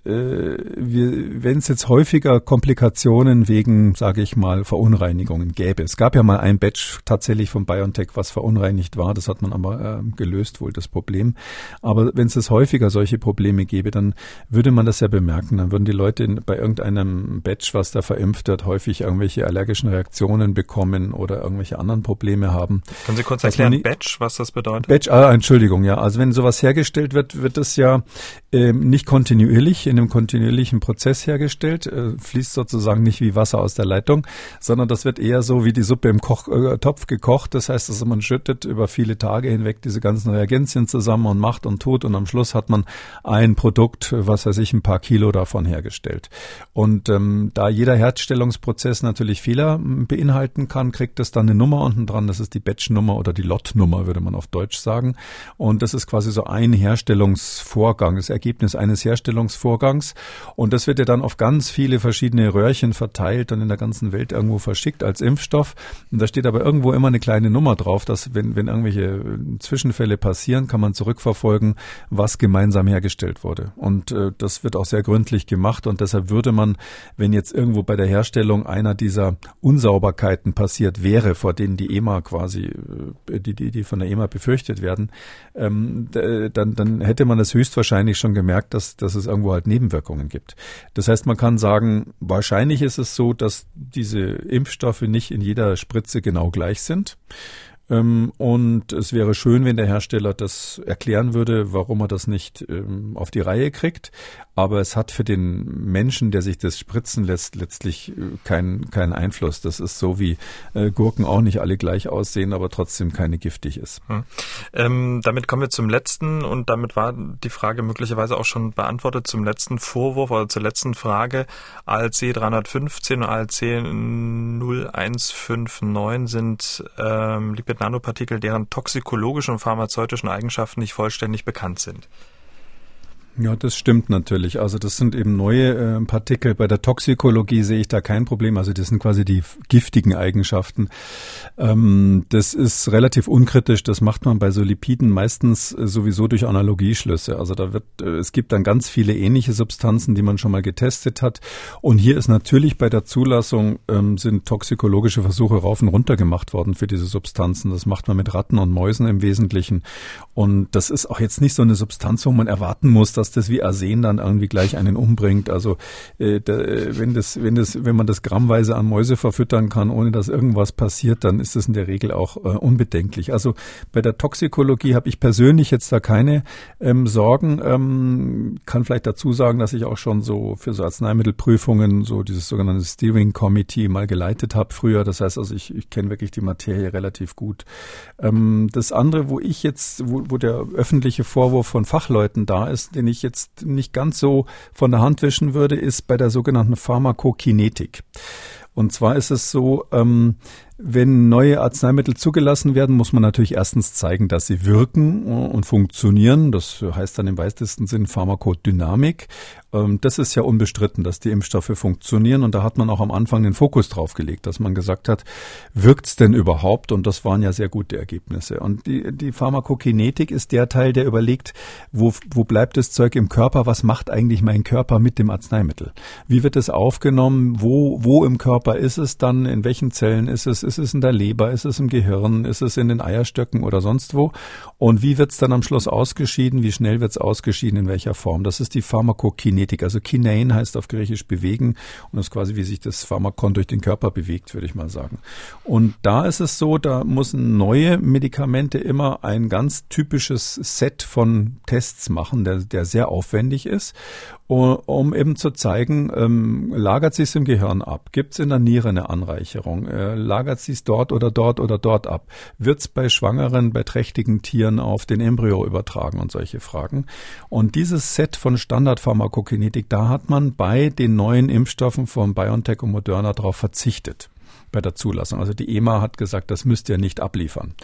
wenn es jetzt häufiger Komplikationen wegen, sage ich mal, Verunreinigungen gäbe. Es gab ja mal ein Batch tatsächlich von BioNTech, was verunreinigt war. Das hat man aber gelöst, wohl das Problem. Aber wenn es häufiger solche Probleme gäbe, dann würde man das ja bemerken. Dann würden die Leute bei irgendeinem Batch, was da verimpft wird, häufig irgendwelche allergischen Reaktionen bekommen oder irgendwelche anderen Probleme haben. Können Sie kurz erklären, Batch, was das bedeutet? Batch, Entschuldigung, ja. Also wenn sowas hergestellt wird, wird es ja nicht kontinuierlich, in einem kontinuierlichen Prozess hergestellt, fließt sozusagen nicht wie Wasser aus der Leitung, sondern das wird eher so wie die Suppe im Topf gekocht. Das heißt, also man schüttet über viele Tage hinweg diese ganzen Reagenzien zusammen und macht und tut und am Schluss hat man ein Produkt, was weiß ich, ein paar Kilo davon hergestellt. Und da jeder Herstellungsprozess natürlich Fehler beinhalten kann, kriegt es dann eine Nummer unten dran. Das ist die Batch-Nummer oder die Lot-Nummer, würde man auf Deutsch sagen. Und das ist quasi so ein Herstellungsvorgang, das Ergebnis eines Herstellungsvorgangs. Und das wird ja dann auf ganz viele verschiedene Röhrchen verteilt und in der ganzen Welt irgendwo verschickt als Impfstoff. Und da steht aber irgendwo immer eine kleine Nummer drauf, dass wenn irgendwelche Zwischenfälle passieren, kann man zurückverfolgen, was gemeinsam hergestellt wurde. Und das wird auch sehr gründlich gemacht und deshalb würde man, wenn jetzt irgendwo bei der Herstellung einer dieser Unsauberkeiten passiert wäre, vor denen die EMA quasi, die von der EMA befürchtet werden, dann hätte man es höchstwahrscheinlich schon gemerkt, dass es irgendwo halt Nebenwirkungen gibt. Das heißt, man kann sagen, wahrscheinlich ist es so, dass diese Impfstoffe nicht in jeder Spritze genau gleich sind. Und es wäre schön, wenn der Hersteller das erklären würde, warum er das nicht auf die Reihe kriegt. Aber es hat für den Menschen, der sich das spritzen lässt, letztlich keinen Einfluss. Das ist so, wie Gurken auch nicht alle gleich aussehen, aber trotzdem keine giftig ist. Damit kommen wir zum letzten, und damit war die Frage möglicherweise auch schon beantwortet, zum letzten Vorwurf oder zur letzten Frage. ALC 315 und ALC 0159 sind Lipid-Nanopartikel, deren toxikologische und pharmazeutische Eigenschaften nicht vollständig bekannt sind. Ja, das stimmt natürlich. Also das sind eben neue Partikel. Bei der Toxikologie sehe ich da kein Problem. Also das sind quasi die giftigen Eigenschaften. Das ist relativ unkritisch. Das macht man bei so Lipiden meistens sowieso durch Analogieschlüsse. Also es gibt dann ganz viele ähnliche Substanzen, die man schon mal getestet hat. Und hier ist natürlich bei der Zulassung sind toxikologische Versuche rauf und runter gemacht worden für diese Substanzen. Das macht man mit Ratten und Mäusen im Wesentlichen. Und das ist auch jetzt nicht so eine Substanz, wo man erwarten muss, dass das wie Arsen dann irgendwie gleich einen umbringt. Also wenn man das grammweise an Mäuse verfüttern kann, ohne dass irgendwas passiert, dann ist das in der Regel auch unbedenklich. Also bei der Toxikologie habe ich persönlich jetzt da keine Sorgen. Kann vielleicht dazu sagen, dass ich auch schon so für so Arzneimittelprüfungen so dieses sogenannte Steering Committee mal geleitet habe früher. Das heißt also, ich kenne wirklich die Materie relativ gut. Das andere, wo der öffentliche Vorwurf von Fachleuten da ist, den ich jetzt nicht ganz so von der Hand wischen würde, ist bei der sogenannten Pharmakokinetik. Und zwar ist es so, wenn neue Arzneimittel zugelassen werden, muss man natürlich erstens zeigen, dass sie wirken und funktionieren. Das heißt dann im weitesten Sinn Pharmakodynamik. Das ist ja unbestritten, dass die Impfstoffe funktionieren. Und da hat man auch am Anfang den Fokus drauf gelegt, dass man gesagt hat, wirkt's denn überhaupt? Und das waren ja sehr gute Ergebnisse. Und die Pharmakokinetik ist der Teil, der überlegt, wo bleibt das Zeug im Körper? Was macht eigentlich mein Körper mit dem Arzneimittel? Wie wird es aufgenommen? Wo im Körper ist es dann? In welchen Zellen ist es? Ist es in der Leber? Ist es im Gehirn? Ist es in den Eierstöcken oder sonst wo? Und wie wird's dann am Schluss ausgeschieden? Wie schnell wird's ausgeschieden? In welcher Form? Das ist die Pharmakokinetik. Also Kinein heißt auf Griechisch bewegen und das ist quasi, wie sich das Pharmakon durch den Körper bewegt, würde ich mal sagen. Und da ist es so, da müssen neue Medikamente immer ein ganz typisches Set von Tests machen, der sehr aufwendig ist, um eben zu zeigen, lagert sich es im Gehirn ab? Gibt es in der Niere eine Anreicherung? Lagert sich es dort oder dort oder dort ab? Wird es bei schwangeren, bei trächtigen Tieren auf den Embryo übertragen und solche Fragen? Und dieses Set von Standardpharmakokinetik, da hat man bei den neuen Impfstoffen von BioNTech und Moderna darauf verzichtet bei der Zulassung. Also die EMA hat gesagt, das müsst ihr nicht abliefern.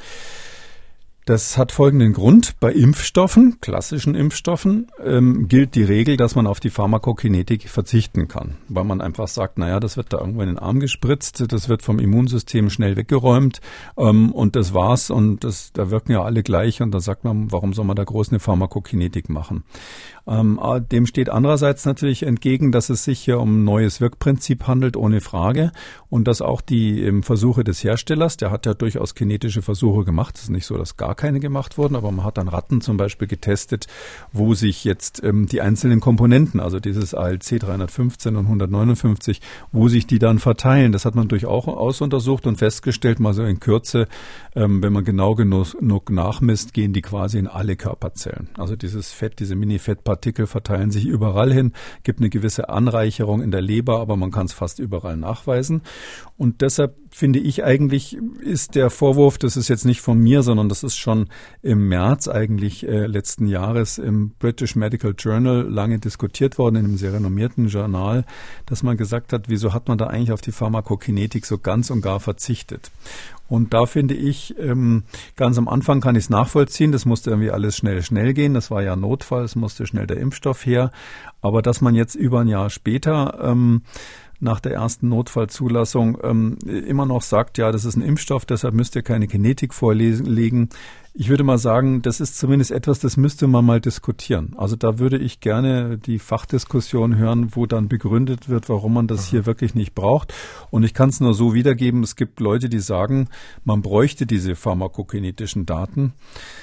Das hat folgenden Grund. Bei Impfstoffen, klassischen Impfstoffen, gilt die Regel, dass man auf die Pharmakokinetik verzichten kann. Weil man einfach sagt, naja, das wird da irgendwo in den Arm gespritzt, das wird vom Immunsystem schnell weggeräumt und das war's. Und da wirken ja alle gleich und da sagt man, warum soll man da groß eine Pharmakokinetik machen? Dem steht andererseits natürlich entgegen, dass es sich hier um ein neues Wirkprinzip handelt, ohne Frage. Und dass auch die Versuche des Herstellers, der hat ja durchaus kinetische Versuche gemacht. Es ist nicht so, dass gar keine gemacht wurden, aber man hat an Ratten zum Beispiel getestet, wo sich jetzt die einzelnen Komponenten, also dieses ALC 315 und 159, wo sich die dann verteilen. Das hat man durchaus untersucht und festgestellt, mal so in Kürze, wenn man genau genug nachmisst, gehen die quasi in alle Körperzellen. Also dieses Fett, diese Mini-Fettpartikel verteilen sich überall hin, gibt eine gewisse Anreicherung in der Leber, aber man kann es fast überall nachweisen. Und deshalb finde ich eigentlich, ist der Vorwurf, das ist jetzt nicht von mir, sondern das ist schon im März eigentlich letzten Jahres im British Medical Journal lange diskutiert worden, in einem sehr renommierten Journal, dass man gesagt hat, wieso hat man da eigentlich auf die Pharmakokinetik so ganz und gar verzichtet? Und da finde ich, ganz am Anfang kann ich es nachvollziehen, das musste irgendwie alles schnell gehen, das war ja ein Notfall, es musste schnell der Impfstoff her, aber dass man jetzt über ein Jahr später nach der ersten Notfallzulassung immer noch sagt, ja, das ist ein Impfstoff, deshalb müsst ihr keine Kinetik vorlegen. Ich würde mal sagen, das ist zumindest etwas, das müsste man mal diskutieren. Also da würde ich gerne die Fachdiskussion hören, wo dann begründet wird, warum man das hier wirklich nicht braucht. Und ich kann es nur so wiedergeben, es gibt Leute, die sagen, man bräuchte diese pharmakokinetischen Daten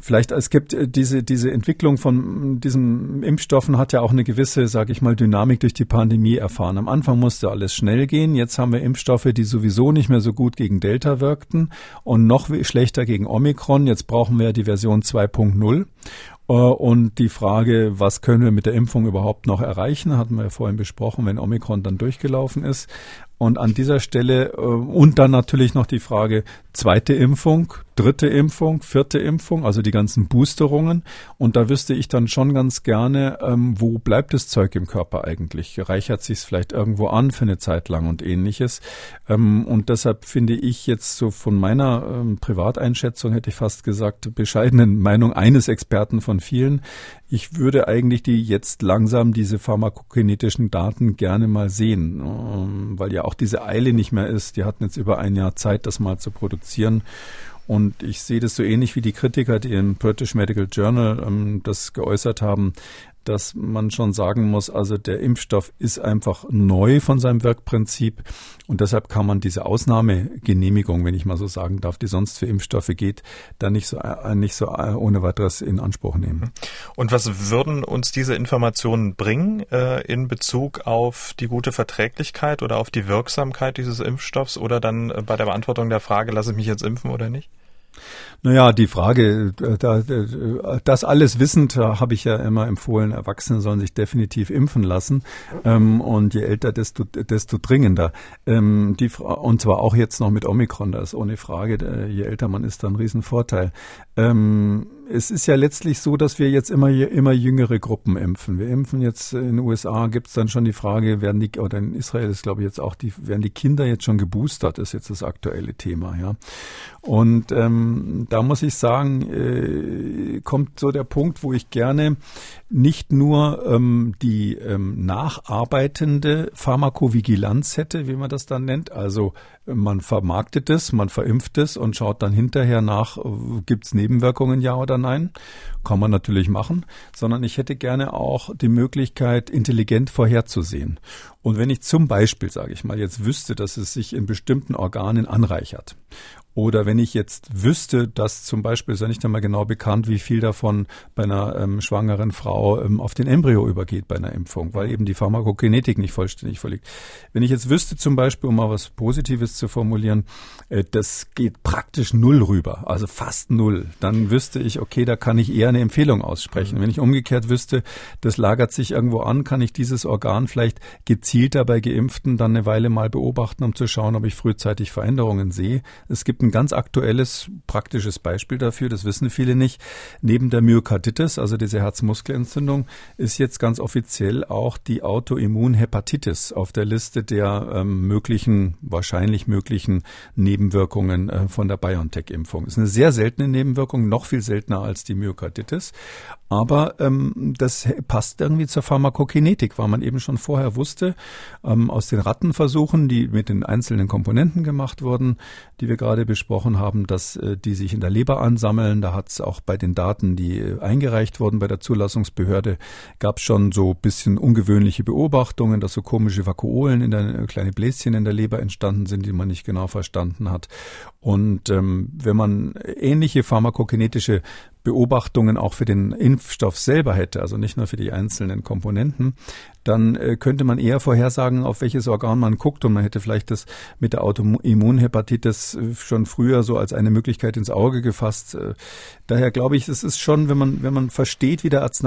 Vielleicht, es gibt diese Entwicklung von diesen Impfstoffen hat ja auch eine gewisse, sage ich mal, Dynamik durch die Pandemie erfahren. Am Anfang musste alles schnell gehen. Jetzt haben wir Impfstoffe, die sowieso nicht mehr so gut gegen Delta wirkten und noch schlechter gegen Omikron. Jetzt brauchen wir die Version 2.0. Und die Frage, was können wir mit der Impfung überhaupt noch erreichen, hatten wir ja vorhin besprochen, wenn Omikron dann durchgelaufen ist. Und an dieser Stelle und dann natürlich noch die Frage, zweite Impfung, dritte Impfung, vierte Impfung, also die ganzen Boosterungen. Und da wüsste ich dann schon ganz gerne, wo bleibt das Zeug im Körper eigentlich? Reichert sich es vielleicht irgendwo an für eine Zeit lang und Ähnliches? Und deshalb finde ich jetzt so von meiner Privateinschätzung, hätte ich fast gesagt, bescheidenen Meinung eines Experten von vielen, ich würde eigentlich jetzt langsam diese pharmakokinetischen Daten gerne mal sehen, weil ja auch diese Eile nicht mehr ist. Die hatten jetzt über ein Jahr Zeit, das mal zu produzieren. Und ich sehe das so ähnlich wie die Kritiker, die im British Medical Journal das geäußert haben, dass man schon sagen muss, also der Impfstoff ist einfach neu von seinem Wirkprinzip und deshalb kann man diese Ausnahmegenehmigung, wenn ich mal so sagen darf, die sonst für Impfstoffe geht, dann nicht so ohne weiteres in Anspruch nehmen. Und was würden uns diese Informationen bringen in Bezug auf die gute Verträglichkeit oder auf die Wirksamkeit dieses Impfstoffs oder dann bei der Beantwortung der Frage, lasse ich mich jetzt impfen oder nicht? Naja, die Frage, das alles wissend, habe ich ja immer empfohlen, Erwachsene sollen sich definitiv impfen lassen und je älter, desto dringender. Und zwar auch jetzt noch mit Omikron, das ist ohne Frage, je älter man ist, dann ein Riesenvorteil. Es ist ja letztlich so, dass wir jetzt immer jüngere Gruppen impfen. Wir impfen jetzt in den USA, gibt es dann schon die Frage, oder in Israel ist glaube ich jetzt auch, werden die Kinder jetzt schon geboostert, ist jetzt das aktuelle Thema, ja. Und da muss ich sagen, kommt so der Punkt, wo ich gerne nicht nur die nacharbeitende Pharmakovigilanz hätte, wie man das dann nennt, also man vermarktet es, man verimpft es und schaut dann hinterher nach, gibt es Nebenwirkungen, ja oder nein? Kann man natürlich machen, sondern ich hätte gerne auch die Möglichkeit, intelligent vorherzusehen. Und wenn ich zum Beispiel, sage ich mal, jetzt wüsste, dass es sich in bestimmten Organen anreichert, oder wenn ich jetzt wüsste, dass zum Beispiel, ist ja nicht einmal genau bekannt, wie viel davon bei einer schwangeren Frau auf den Embryo übergeht bei einer Impfung, weil eben die Pharmakokinetik nicht vollständig vorliegt. Wenn ich jetzt wüsste zum Beispiel, um mal was Positives zu formulieren, das geht praktisch null rüber, also fast null, dann wüsste ich, okay, da kann ich eher eine Empfehlung aussprechen. Wenn ich umgekehrt wüsste, das lagert sich irgendwo an, kann ich dieses Organ vielleicht gezielter bei Geimpften dann eine Weile mal beobachten, um zu schauen, ob ich frühzeitig Veränderungen sehe. Es gibt ein ganz aktuelles, praktisches Beispiel dafür, das wissen viele nicht. Neben der Myokarditis, also diese Herzmuskelentzündung, ist jetzt ganz offiziell auch die Autoimmunhepatitis auf der Liste der wahrscheinlich möglichen Nebenwirkungen von der BioNTech-Impfung. Ist eine sehr seltene Nebenwirkung, noch viel seltener als die Myokarditis. Aber das passt irgendwie zur Pharmakokinetik, weil man eben schon vorher wusste, aus den Rattenversuchen, die mit den einzelnen Komponenten gemacht wurden, die wir gerade besprochen haben, dass die sich in der Leber ansammeln. Da hat es auch bei den Daten, die eingereicht wurden bei der Zulassungsbehörde, gab es schon so ein bisschen ungewöhnliche Beobachtungen, dass so komische Vakuolen, kleine Bläschen in der Leber entstanden sind, die man nicht genau verstanden hat. Und wenn man ähnliche pharmakokinetische Beobachtungen auch für den Impfstoff selber hätte, also nicht nur für die einzelnen Komponenten, dann könnte man eher vorhersagen, auf welches Organ man guckt und man hätte vielleicht das mit der Autoimmunhepatitis schon früher so als eine Möglichkeit ins Auge gefasst. Daher glaube ich, es ist schon, wenn man versteht,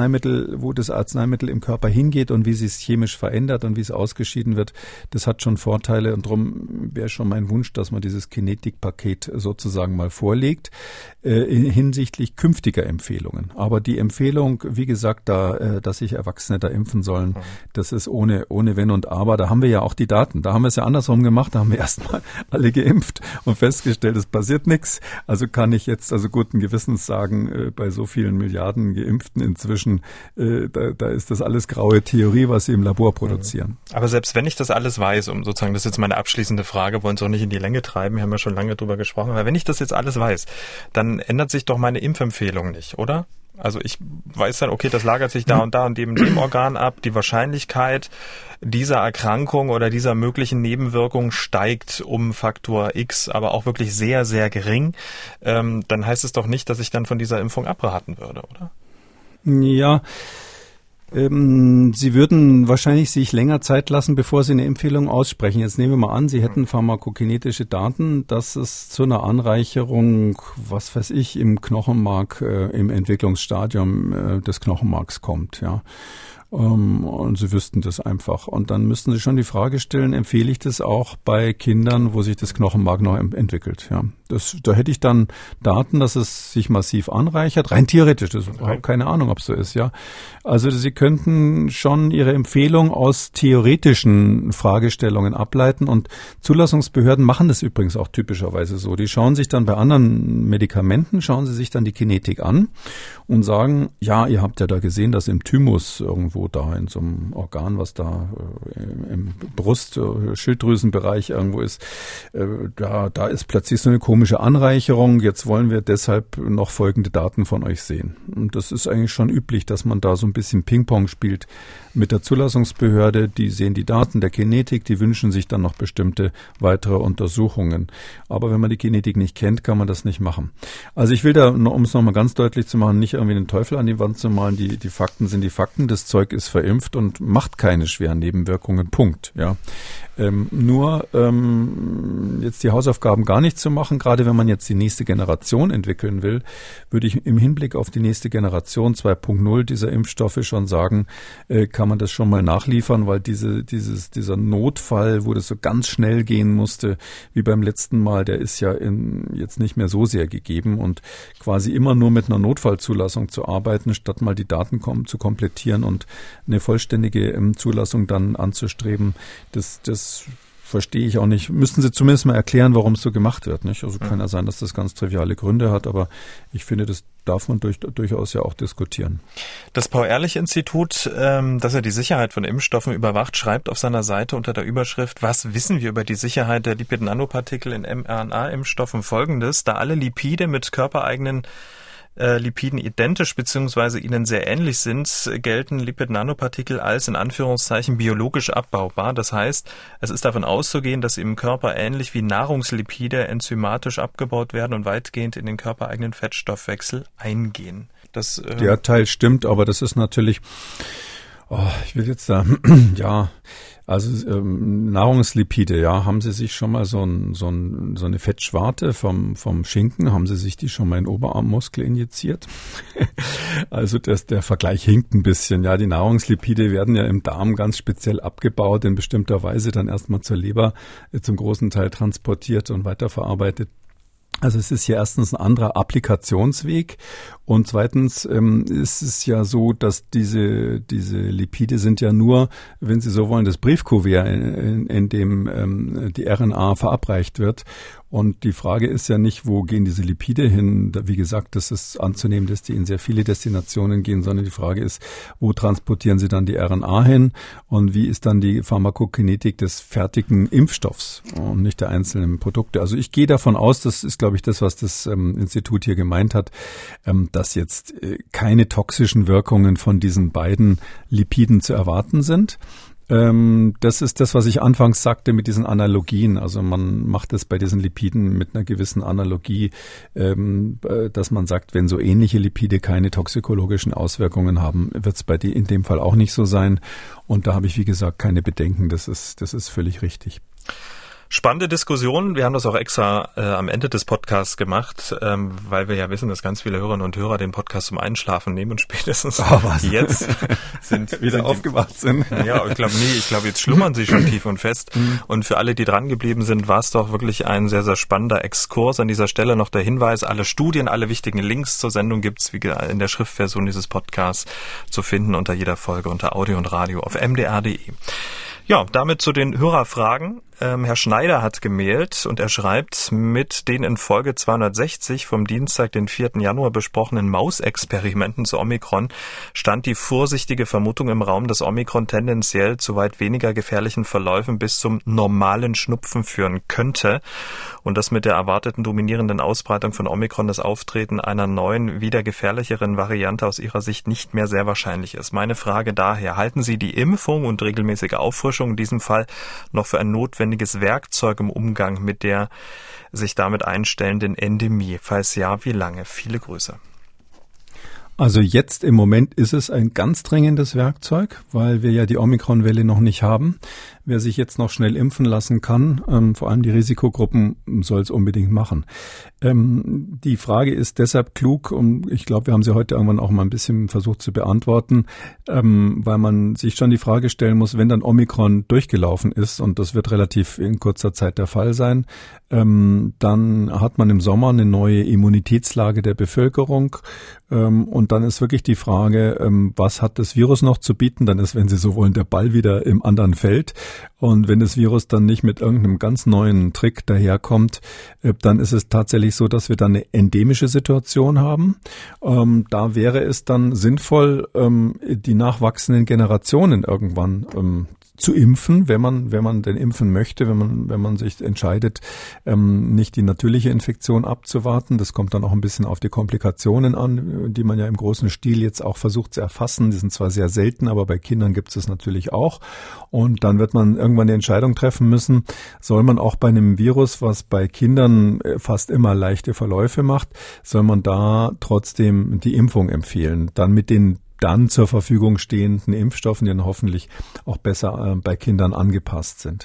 wo das Arzneimittel im Körper hingeht und wie es sich chemisch verändert und wie es ausgeschieden wird, das hat schon Vorteile und darum wäre schon mein Wunsch, dass man dieses Kinetikpaket sozusagen mal vorlegt hinsichtlich künftiger Empfehlungen. Aber die Empfehlung, wie gesagt, dass sich Erwachsene da impfen sollen, das ist ohne Wenn und Aber. Da haben wir ja auch die Daten. Da haben wir es ja andersrum gemacht. Da haben wir erstmal alle geimpft und festgestellt, es passiert nichts. Also kann ich jetzt guten Gewissens sagen, bei so vielen Milliarden Geimpften inzwischen, da ist das alles graue Theorie, was sie im Labor produzieren. Aber selbst wenn ich das alles weiß, das ist jetzt meine abschließende Frage, wollen es auch nicht in die Länge treiben, wir haben ja schon lange drüber gesprochen, aber wenn ich das jetzt alles weiß, dann ändert sich doch meine Impfempfehlung nicht, oder? Also ich weiß dann, okay, das lagert sich da und da und dem Organ ab. Die Wahrscheinlichkeit dieser Erkrankung oder dieser möglichen Nebenwirkung steigt um Faktor X, aber auch wirklich sehr, sehr gering. Dann heißt es doch nicht, dass ich dann von dieser Impfung abraten würde, oder? Ja, Sie würden wahrscheinlich sich länger Zeit lassen, bevor Sie eine Empfehlung aussprechen. Jetzt nehmen wir mal an, Sie hätten pharmakokinetische Daten, dass es zu einer Anreicherung, was weiß ich, im Knochenmark, im Entwicklungsstadium des Knochenmarks kommt, ja. Und Sie wüssten das einfach. Und dann müssten Sie schon die Frage stellen, empfehle ich das auch bei Kindern, wo sich das Knochenmark noch entwickelt? Ja, da hätte ich dann Daten, dass es sich massiv anreichert. Rein theoretisch, das habe keine Ahnung, ob es so ist, ja. Also Sie könnten schon Ihre Empfehlung aus theoretischen Fragestellungen ableiten und Zulassungsbehörden machen das übrigens auch typischerweise so. Die schauen sich dann bei anderen Medikamenten, schauen sie sich dann die Kinetik an und sagen, ja, ihr habt ja da gesehen, dass im Thymus irgendwo da in so einem Organ, was da im Brust-Schilddrüsenbereich irgendwo ist, da ist plötzlich so eine komische Anreicherung. Jetzt wollen wir deshalb noch folgende Daten von euch sehen. Und das ist eigentlich schon üblich, dass man da so ein bisschen Ping-Pong spielt mit der Zulassungsbehörde. Die sehen die Daten der Kinetik, die wünschen sich dann noch bestimmte weitere Untersuchungen. Aber wenn man die Kinetik nicht kennt, kann man das nicht machen. Also ich will da, um es nochmal ganz deutlich zu machen, nicht irgendwie den Teufel an die Wand zu malen. Die Fakten sind die Fakten. Das Zeug ist verimpft und macht keine schweren Nebenwirkungen. Punkt. Ja. Jetzt die Hausaufgaben gar nicht zu machen, gerade wenn man jetzt die nächste Generation entwickeln will, würde ich im Hinblick auf die nächste Generation 2.0 dieser Impfstoffe schon sagen, kann man das schon mal nachliefern, weil dieser Notfall, wo das so ganz schnell gehen musste, wie beim letzten Mal, der ist ja jetzt nicht mehr so sehr gegeben und quasi immer nur mit einer Notfallzulassung zu arbeiten, statt mal die Daten zu komplettieren und eine vollständige Zulassung dann anzustreben, das verstehe ich auch nicht. Müssten Sie zumindest mal erklären, warum es so gemacht wird, nicht? Also kann ja sein, dass das ganz triviale Gründe hat, aber ich finde, das darf man durchaus ja auch diskutieren. Das Paul-Ehrlich-Institut, das ja die Sicherheit von Impfstoffen überwacht, schreibt auf seiner Seite unter der Überschrift, was wissen wir über die Sicherheit der Lipid-Nanopartikel in mRNA-Impfstoffen Folgendes: Da alle Lipide mit körpereigenen Lipiden identisch bzw. ihnen sehr ähnlich sind, gelten Lipid-Nanopartikel als in Anführungszeichen biologisch abbaubar. Das heißt, es ist davon auszugehen, dass sie im Körper ähnlich wie Nahrungslipide enzymatisch abgebaut werden und weitgehend in den körpereigenen Fettstoffwechsel eingehen. Der Teil stimmt, aber das ist natürlich, ich will jetzt da, ja, also Nahrungslipide, ja, haben Sie sich schon mal so eine Fettschwarte vom Schinken, haben Sie sich die schon mal in den Oberarmmuskel injiziert? Also der Vergleich hinkt ein bisschen, ja, die Nahrungslipide werden ja im Darm ganz speziell abgebaut, in bestimmter Weise dann erstmal zur Leber zum großen Teil transportiert und weiterverarbeitet. Also es ist hier erstens ein anderer Applikationsweg und zweitens ist es ja so, dass diese Lipide sind ja nur, wenn Sie so wollen, das Briefkuvert, in dem die RNA verabreicht wird. Und die Frage ist ja nicht, wo gehen diese Lipide hin? Wie gesagt, das ist anzunehmen, dass die in sehr viele Destinationen gehen, sondern die Frage ist, wo transportieren sie dann die RNA hin und wie ist dann die Pharmakokinetik des fertigen Impfstoffs und nicht der einzelnen Produkte? Also ich gehe davon aus, das ist, glaube ich, das, was das Institut hier gemeint hat, dass jetzt keine toxischen Wirkungen von diesen beiden Lipiden zu erwarten sind. Das ist das, was ich anfangs sagte mit diesen Analogien. Also man macht es bei diesen Lipiden mit einer gewissen Analogie, dass man sagt, wenn so ähnliche Lipide keine toxikologischen Auswirkungen haben, wird es bei dir in dem Fall auch nicht so sein. Und da habe ich, wie gesagt, keine Bedenken. Das ist völlig richtig. Spannende Diskussion. Wir haben das auch extra am Ende des Podcasts gemacht, weil wir ja wissen, dass ganz viele Hörerinnen und Hörer den Podcast zum Einschlafen nehmen und spätestens jetzt sind wieder aufgewacht sind. Ja, ich glaube jetzt schlummern sie schon tief und fest. Und für alle, die dran geblieben sind, war es doch wirklich ein sehr, sehr spannender Exkurs. An dieser Stelle noch der Hinweis: Alle Studien, alle wichtigen Links zur Sendung gibt's wie in der Schriftversion dieses Podcasts zu finden unter jeder Folge unter Audio und Radio auf mdr.de. Ja, damit zu den Hörerfragen. Herr Schneider hat gemailt und er schreibt, mit den in Folge 260 vom Dienstag, den 4. Januar besprochenen Mausexperimenten zu Omikron stand die vorsichtige Vermutung im Raum, dass Omikron tendenziell zu weit weniger gefährlichen Verläufen bis zum normalen Schnupfen führen könnte und dass mit der erwarteten dominierenden Ausbreitung von Omikron das Auftreten einer neuen, wieder gefährlicheren Variante aus Ihrer Sicht nicht mehr sehr wahrscheinlich ist. Meine Frage daher, halten Sie die Impfung und regelmäßige Auffrischung in diesem Fall noch für ein notwendiges Werkzeug im Umgang mit der sich damit einstellenden Endemie? Falls ja, wie lange? Viele Grüße. Also jetzt im Moment ist es ein ganz dringendes Werkzeug, weil wir ja die Omikron-Welle noch nicht haben. Wer sich jetzt noch schnell impfen lassen kann, vor allem die Risikogruppen, soll es unbedingt machen. Die Frage ist deshalb klug und ich glaube, wir haben sie heute irgendwann auch mal ein bisschen versucht zu beantworten, weil man sich schon die Frage stellen muss, wenn dann Omikron durchgelaufen ist und das wird relativ in kurzer Zeit der Fall sein, dann hat man im Sommer eine neue Immunitätslage der Bevölkerung und dann ist wirklich die Frage, was hat das Virus noch zu bieten? Dann ist, wenn Sie so wollen, der Ball wieder im anderen Feld. Und wenn das Virus dann nicht mit irgendeinem ganz neuen Trick daherkommt, dann ist es tatsächlich so, dass wir dann eine endemische Situation haben. Da wäre es dann sinnvoll, die nachwachsenden Generationen irgendwann zu impfen, wenn man denn impfen möchte, wenn man sich entscheidet, nicht die natürliche Infektion abzuwarten. Das kommt dann auch ein bisschen auf die Komplikationen an, die man ja im großen Stil jetzt auch versucht zu erfassen. Die sind zwar sehr selten, aber bei Kindern gibt es das natürlich auch. Und dann wird man irgendwann die Entscheidung treffen müssen, soll man auch bei einem Virus, was bei Kindern fast immer leichte Verläufe macht, soll man da trotzdem die Impfung empfehlen. Dann mit den dann zur Verfügung stehenden Impfstoffen, die dann hoffentlich auch besser bei Kindern angepasst sind.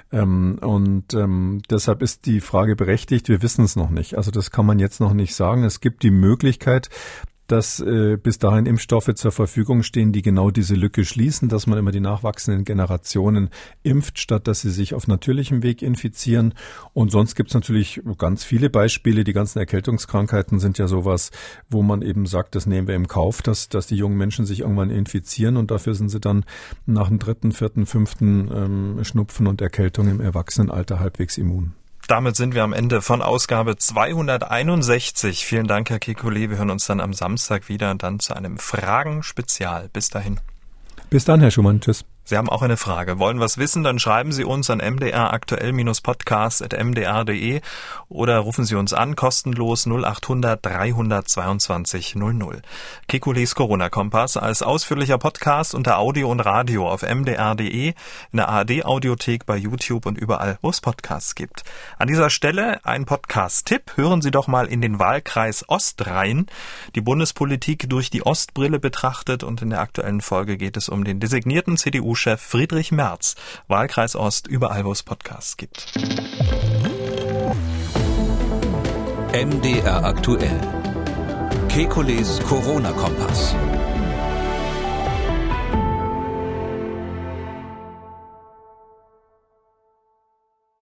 Deshalb ist die Frage berechtigt, wir wissen es noch nicht. Also das kann man jetzt noch nicht sagen. Es gibt die Möglichkeit, dass bis dahin Impfstoffe zur Verfügung stehen, die genau diese Lücke schließen, dass man immer die nachwachsenden Generationen impft, statt dass sie sich auf natürlichem Weg infizieren. Und sonst gibt es natürlich ganz viele Beispiele. Die ganzen Erkältungskrankheiten sind ja sowas, wo man eben sagt, das nehmen wir im Kauf, dass die jungen Menschen sich irgendwann infizieren und dafür sind sie dann nach dem 3., 4., 5. Schnupfen und Erkältung im Erwachsenenalter halbwegs immun. Damit sind wir am Ende von Ausgabe 261. Vielen Dank, Herr Kekulé. Wir hören uns dann am Samstag wieder und dann zu einem Fragen-Spezial. Bis dahin. Bis dann, Herr Schumann. Tschüss. Sie haben auch eine Frage, wollen was wissen, dann schreiben Sie uns an mdraktuell-podcast@mdr.de oder rufen Sie uns an, kostenlos 0800 322 00. Kekulés Corona-Kompass als ausführlicher Podcast unter Audio und Radio auf mdr.de, in der ARD-Audiothek, bei YouTube und überall, wo es Podcasts gibt. An dieser Stelle ein Podcast-Tipp. Hören Sie doch mal in den Wahlkreis Ost rein. Die Bundespolitik durch die Ostbrille betrachtet und in der aktuellen Folge geht es um den designierten CDU-Chef Friedrich Merz. Wahlkreis Ost, überall wo es Podcasts gibt. MDR aktuell. Kekulés Corona-Kompass.